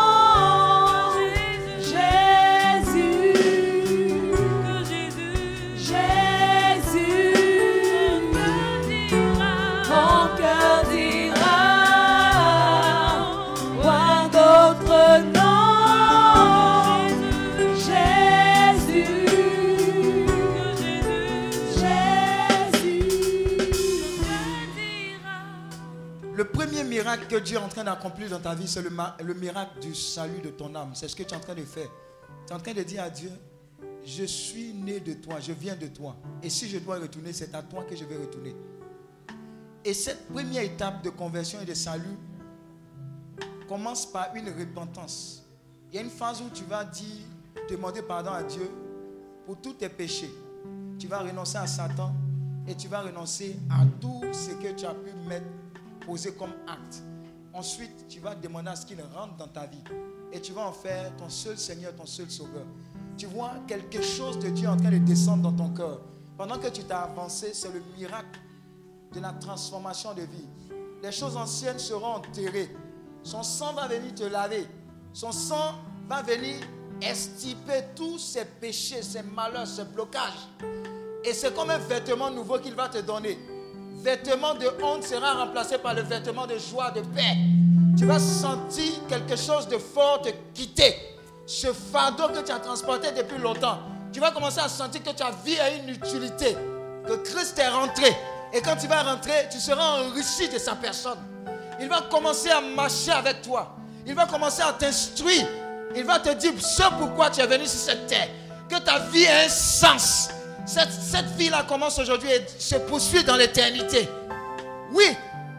S3: Le miracle que Dieu est en train d'accomplir dans ta vie, c'est le miracle du salut de ton âme. C'est ce que tu es en train de faire. Tu es en train de dire à Dieu, je suis né de toi, je viens de toi. Et si je dois retourner, c'est à toi que je vais retourner. Et cette première étape de conversion et de salut commence par une repentance. Il y a une phase où tu vas demander pardon à Dieu pour tous tes péchés. Tu vas renoncer à Satan et tu vas renoncer à tout ce que tu as pu poser comme acte. Ensuite, tu vas demander à ce qu'il rentre dans ta vie et tu vas en faire ton seul Seigneur, ton seul Sauveur. Tu vois quelque chose de Dieu en train de descendre dans ton cœur. Pendant que tu t'as avancé, c'est le miracle de la transformation de vie. Les choses anciennes seront enterrées. Son sang va venir te laver. Son sang va venir extirper tous ces péchés, ces malheurs, ces blocages. Et c'est comme un vêtement nouveau qu'il va te donner. Vêtement de honte sera remplacé par le vêtement de joie, de paix. Tu vas sentir quelque chose de fort te quitter. Ce fardeau que tu as transporté depuis longtemps, tu vas commencer à sentir que ta vie a une utilité, que Christ est rentré. Et quand tu vas rentrer, tu seras enrichi de sa personne. Il va commencer à marcher avec toi. Il va commencer à t'instruire. Il va te dire ce pourquoi tu es venu sur cette terre. Que ta vie a un sens. Cette vie-là commence aujourd'hui et se poursuit dans l'éternité. Oui.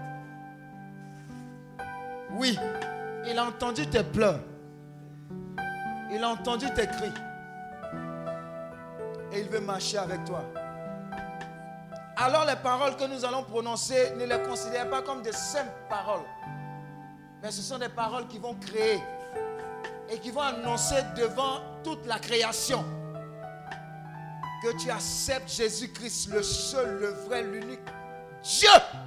S3: Oui. Il a entendu tes pleurs. Il a entendu tes cris. Et il veut marcher avec toi. Alors les paroles que nous allons prononcer, ne les considère pas comme des simples paroles. Mais ce sont des paroles qui vont créer et qui vont annoncer devant toute la création que tu acceptes Jésus-Christ, le seul, le vrai, l'unique Dieu.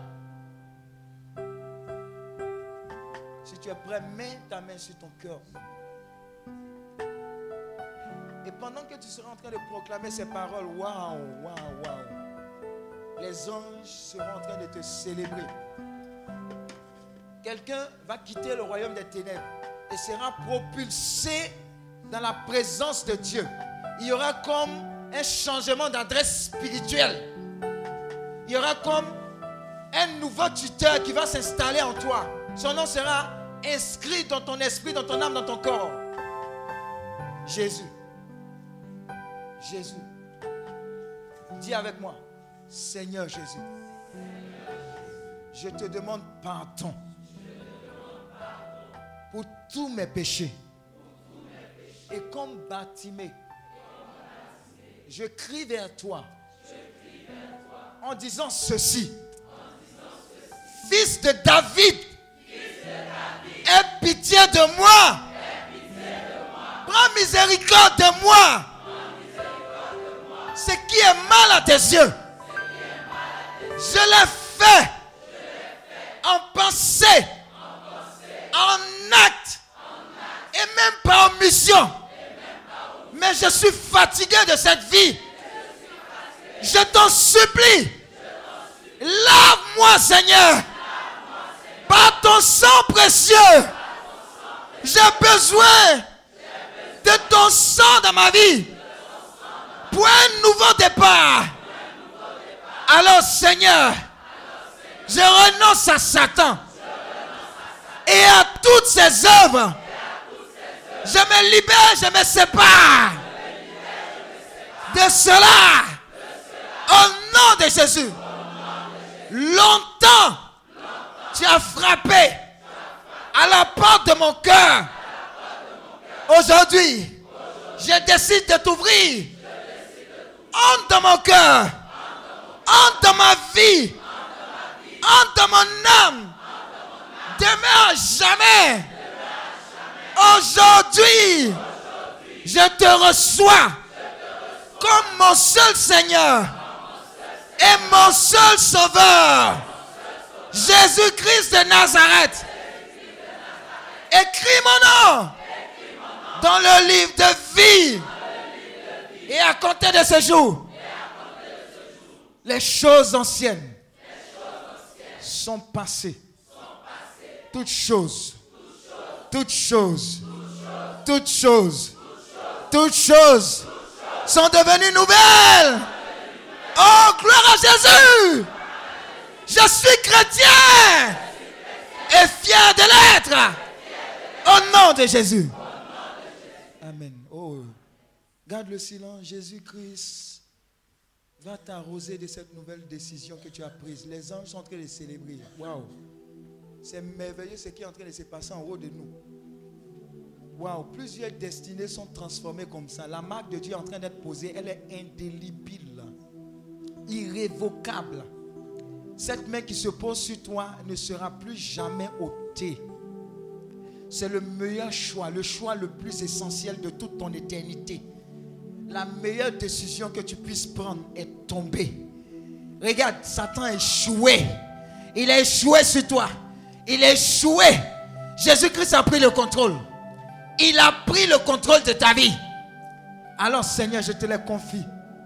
S3: Si tu es prêt, mets ta main sur ton cœur. Et pendant que tu seras en train de proclamer ces paroles, waouh, waouh, waouh, les anges seront en train de te célébrer. Quelqu'un va quitter le royaume des ténèbres et sera propulsé dans la présence de Dieu. Il y aura comme un changement d'adresse spirituelle. Il y aura comme un nouveau tuteur qui va s'installer en toi. Son nom sera inscrit dans ton esprit, dans ton âme, dans ton corps. Jésus. Jésus. Dis avec moi, Seigneur Jésus, je te demande pardon pour tous mes péchés. Et comme Bartimée, je crie vers toi en disant ceci. Fils de David, aie pitié de moi. Prends miséricorde de moi. Ce qui est mal à tes yeux, je l'ai fait en pensée, en acte et même pas en mission. Mais je suis fatigué de cette vie. Je t'en supplie. Lave-moi, Seigneur. Par ton sang précieux. J'ai besoin de ton sang dans ma vie. Pour un nouveau départ. Alors, Seigneur, je renonce à Satan et à toutes ses œuvres. Je me libère, je me sépare de cela. Au nom de Jésus. Longtemps, tu as frappé à la porte de mon cœur. Aujourd'hui, Je décide de t'ouvrir. Entre dans mon cœur. Entre dans ma vie. Entre dans mon âme. Demeure jamais. Aujourd'hui, je te reçois comme mon seul Seigneur et mon seul Sauveur. Jésus-Christ de Nazareth. Écris mon nom dans le livre de vie. Et à compter de ce jour, les choses anciennes sont passées. Toutes choses sont devenues nouvelles. Oh, gloire à Jésus. Je suis chrétien et fier de l'être. Au nom de Jésus. Amen. Oh, garde le silence. Jésus-Christ va t'arroser de cette nouvelle décision que tu as prise. Les anges sont en train de célébrer. Waouh. C'est merveilleux ce qui est en train de se passer en haut de nous. Waouh. Plusieurs destinées sont transformées comme ça. La marque de Dieu est en train d'être posée. Elle est indélébile, irrévocable. Cette main qui se pose sur toi ne sera plus jamais ôtée. C'est le meilleur choix, le choix le plus essentiel de toute ton éternité. La meilleure décision que tu puisses prendre est tombée. Regarde, Satan a échoué. Il a échoué sur toi. Il a échoué. Jésus-Christ a pris le contrôle. Il a pris le contrôle de ta vie. Alors Seigneur, je te les confie.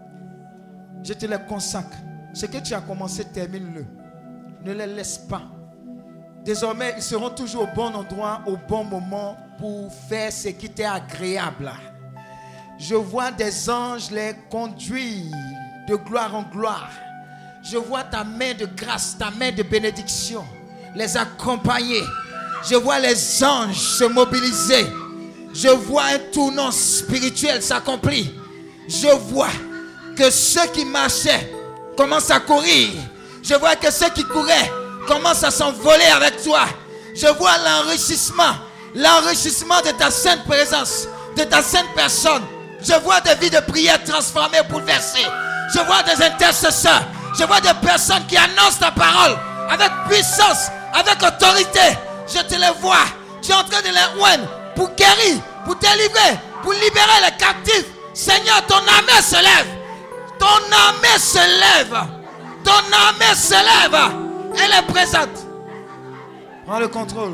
S3: Je te les consacre. Ce que tu as commencé, termine-le. Ne les laisse pas. Désormais, ils seront toujours au bon endroit, au bon moment pour faire ce qui t'est agréable. Je vois des anges les conduire de gloire en gloire. Je vois ta main de grâce, ta main de bénédiction les accompagner. Je vois les anges se mobiliser. Je vois un tournant spirituel s'accomplir. Je vois que ceux qui marchaient commencent à courir. Je vois que ceux qui couraient commencent à s'envoler avec toi. Je vois l'enrichissement de ta sainte présence, de ta sainte personne. Je vois des vies de prière transformées, bouleversées. Je vois des intercesseurs. Je vois des personnes qui annoncent ta parole avec puissance, avec autorité. Je te les vois. Tu es en train de les oindre pour guérir, pour délivrer, pour libérer les captifs. Seigneur, ton armée se lève. Ton armée se lève. Ton armée se lève. Elle est présente. Prends le contrôle.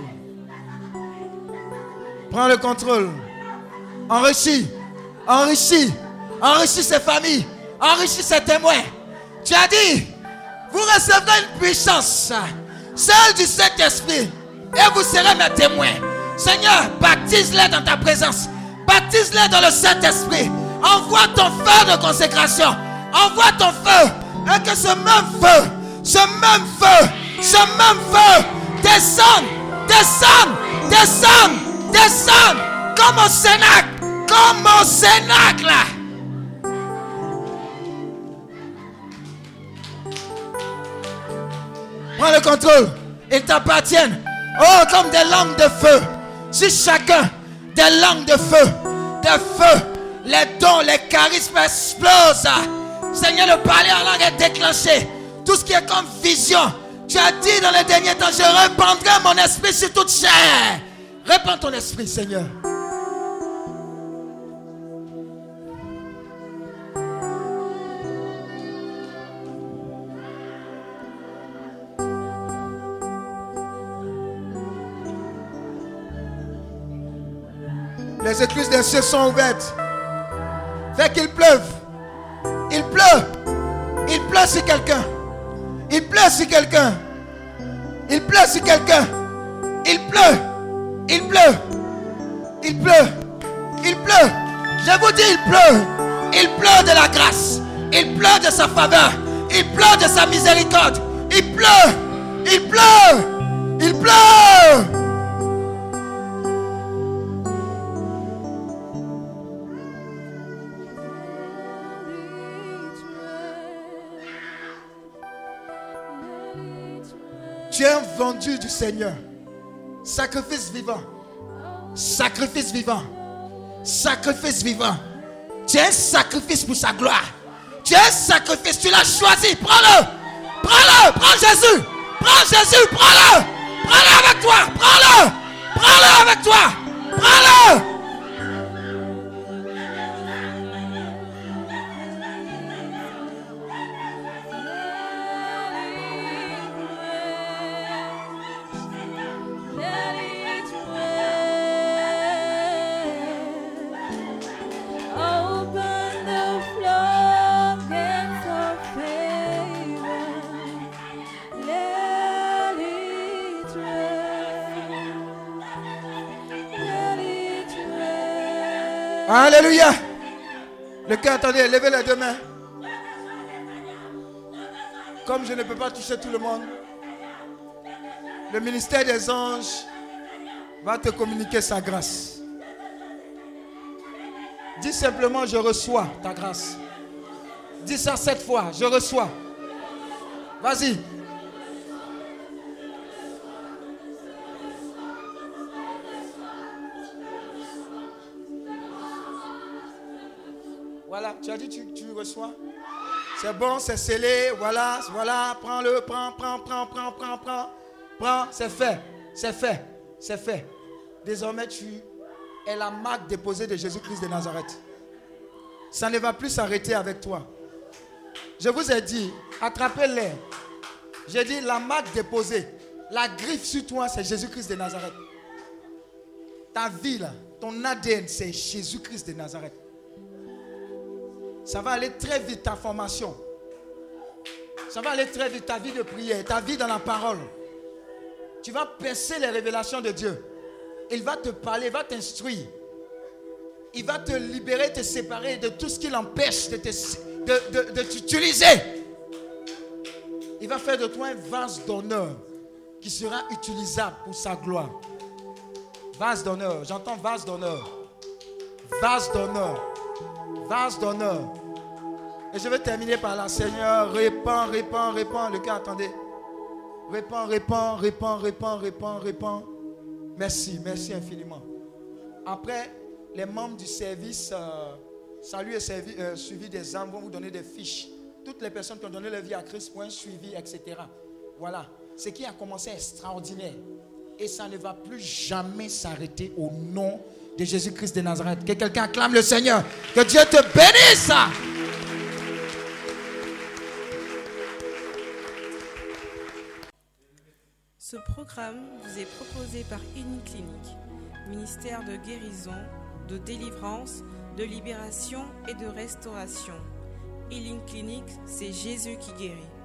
S3: Prends le contrôle. Enrichis. Enrichis. Enrichis ces familles. Enrichis ces témoins. Tu as dit, vous recevrez une puissance, celle du Saint-Esprit, et vous serez mes témoins. Seigneur, baptise-les dans ta présence. Baptise-les dans le Saint-Esprit. Envoie ton feu de consécration. Envoie ton feu. Et que ce même feu descende, comme au Cénacle, là. Prends le contrôle. Ils t'appartiennent. Oh, comme des langues de feu. Si chacun des langues de feu, les dons, les charismes explosent. Seigneur, le parler en langue est déclenché. Tout ce qui est comme vision. Tu as dit dans les derniers temps, je répandrai mon esprit sur toute chair. Répands ton esprit, Seigneur. Les écluses des cieux sont ouvertes. Fais qu'il pleuve. Il pleut. Il pleut sur quelqu'un. Il pleut sur quelqu'un. Il pleut sur quelqu'un. Il pleut. Il pleut. Il pleut. Il pleut. Je vous dis, il pleut. Il pleut de la grâce. Il pleut de sa faveur. Il pleut de sa miséricorde. Il pleut. Il pleut. Il pleut. Tu es un vendu du Seigneur. Sacrifice vivant. Sacrifice vivant. Sacrifice vivant. Tu es un sacrifice pour sa gloire. Tu es un sacrifice, tu l'as choisi. Prends-le. Prends-le. Prends Jésus. Prends Jésus. Prends-le. Prends-le avec toi. Prends-le. Prends-le avec toi. Prends-le. Alléluia. Le cœur, attendez, levez les deux mains. Comme je ne peux pas toucher tout le monde, le ministère des anges va te communiquer sa grâce. Dis simplement, je reçois ta grâce. Dis ça 7 fois, je reçois. Vas-y. Voilà, tu as dit tu reçois. C'est bon, c'est scellé. Voilà, voilà, prends-le, prends, c'est fait, c'est fait, c'est fait. Désormais, tu es la marque déposée de Jésus-Christ de Nazareth. Ça ne va plus s'arrêter avec toi. Je vous ai dit, attrapez-les. J'ai dit la marque déposée, la griffe sur toi, c'est Jésus-Christ de Nazareth. Ta vie là, ton ADN, c'est Jésus-Christ de Nazareth. Ça va aller très vite, ta formation. Ça va aller très vite, ta vie de prière, ta vie dans la parole. Tu vas percer les révélations de Dieu. Il va te parler, il va t'instruire. Il va te libérer, te séparer de tout ce qui l'empêche de t'utiliser. Il va faire de toi un vase d'honneur qui sera utilisable pour sa gloire. Vase d'honneur, j'entends vase d'honneur. Vase d'honneur. Vase d'honneur. Et je vais terminer par là. Seigneur, répands. Le cœur, attendez. Répands. Merci infiniment. Après, les membres du service salut et suivi des âmes vont vous donner des fiches. Toutes les personnes qui ont donné leur vie à Christ pour un suivi, etc. Voilà. Ce qui a commencé extraordinaire. Et ça ne va plus jamais s'arrêter au nom de Jésus-Christ de Nazareth. Que quelqu'un acclame le Seigneur. Que Dieu te bénisse.
S1: Ce programme vous est proposé par Uniclinique, ministère de guérison, de délivrance, de libération et de restauration. Healing Clinic, c'est Jésus qui guérit.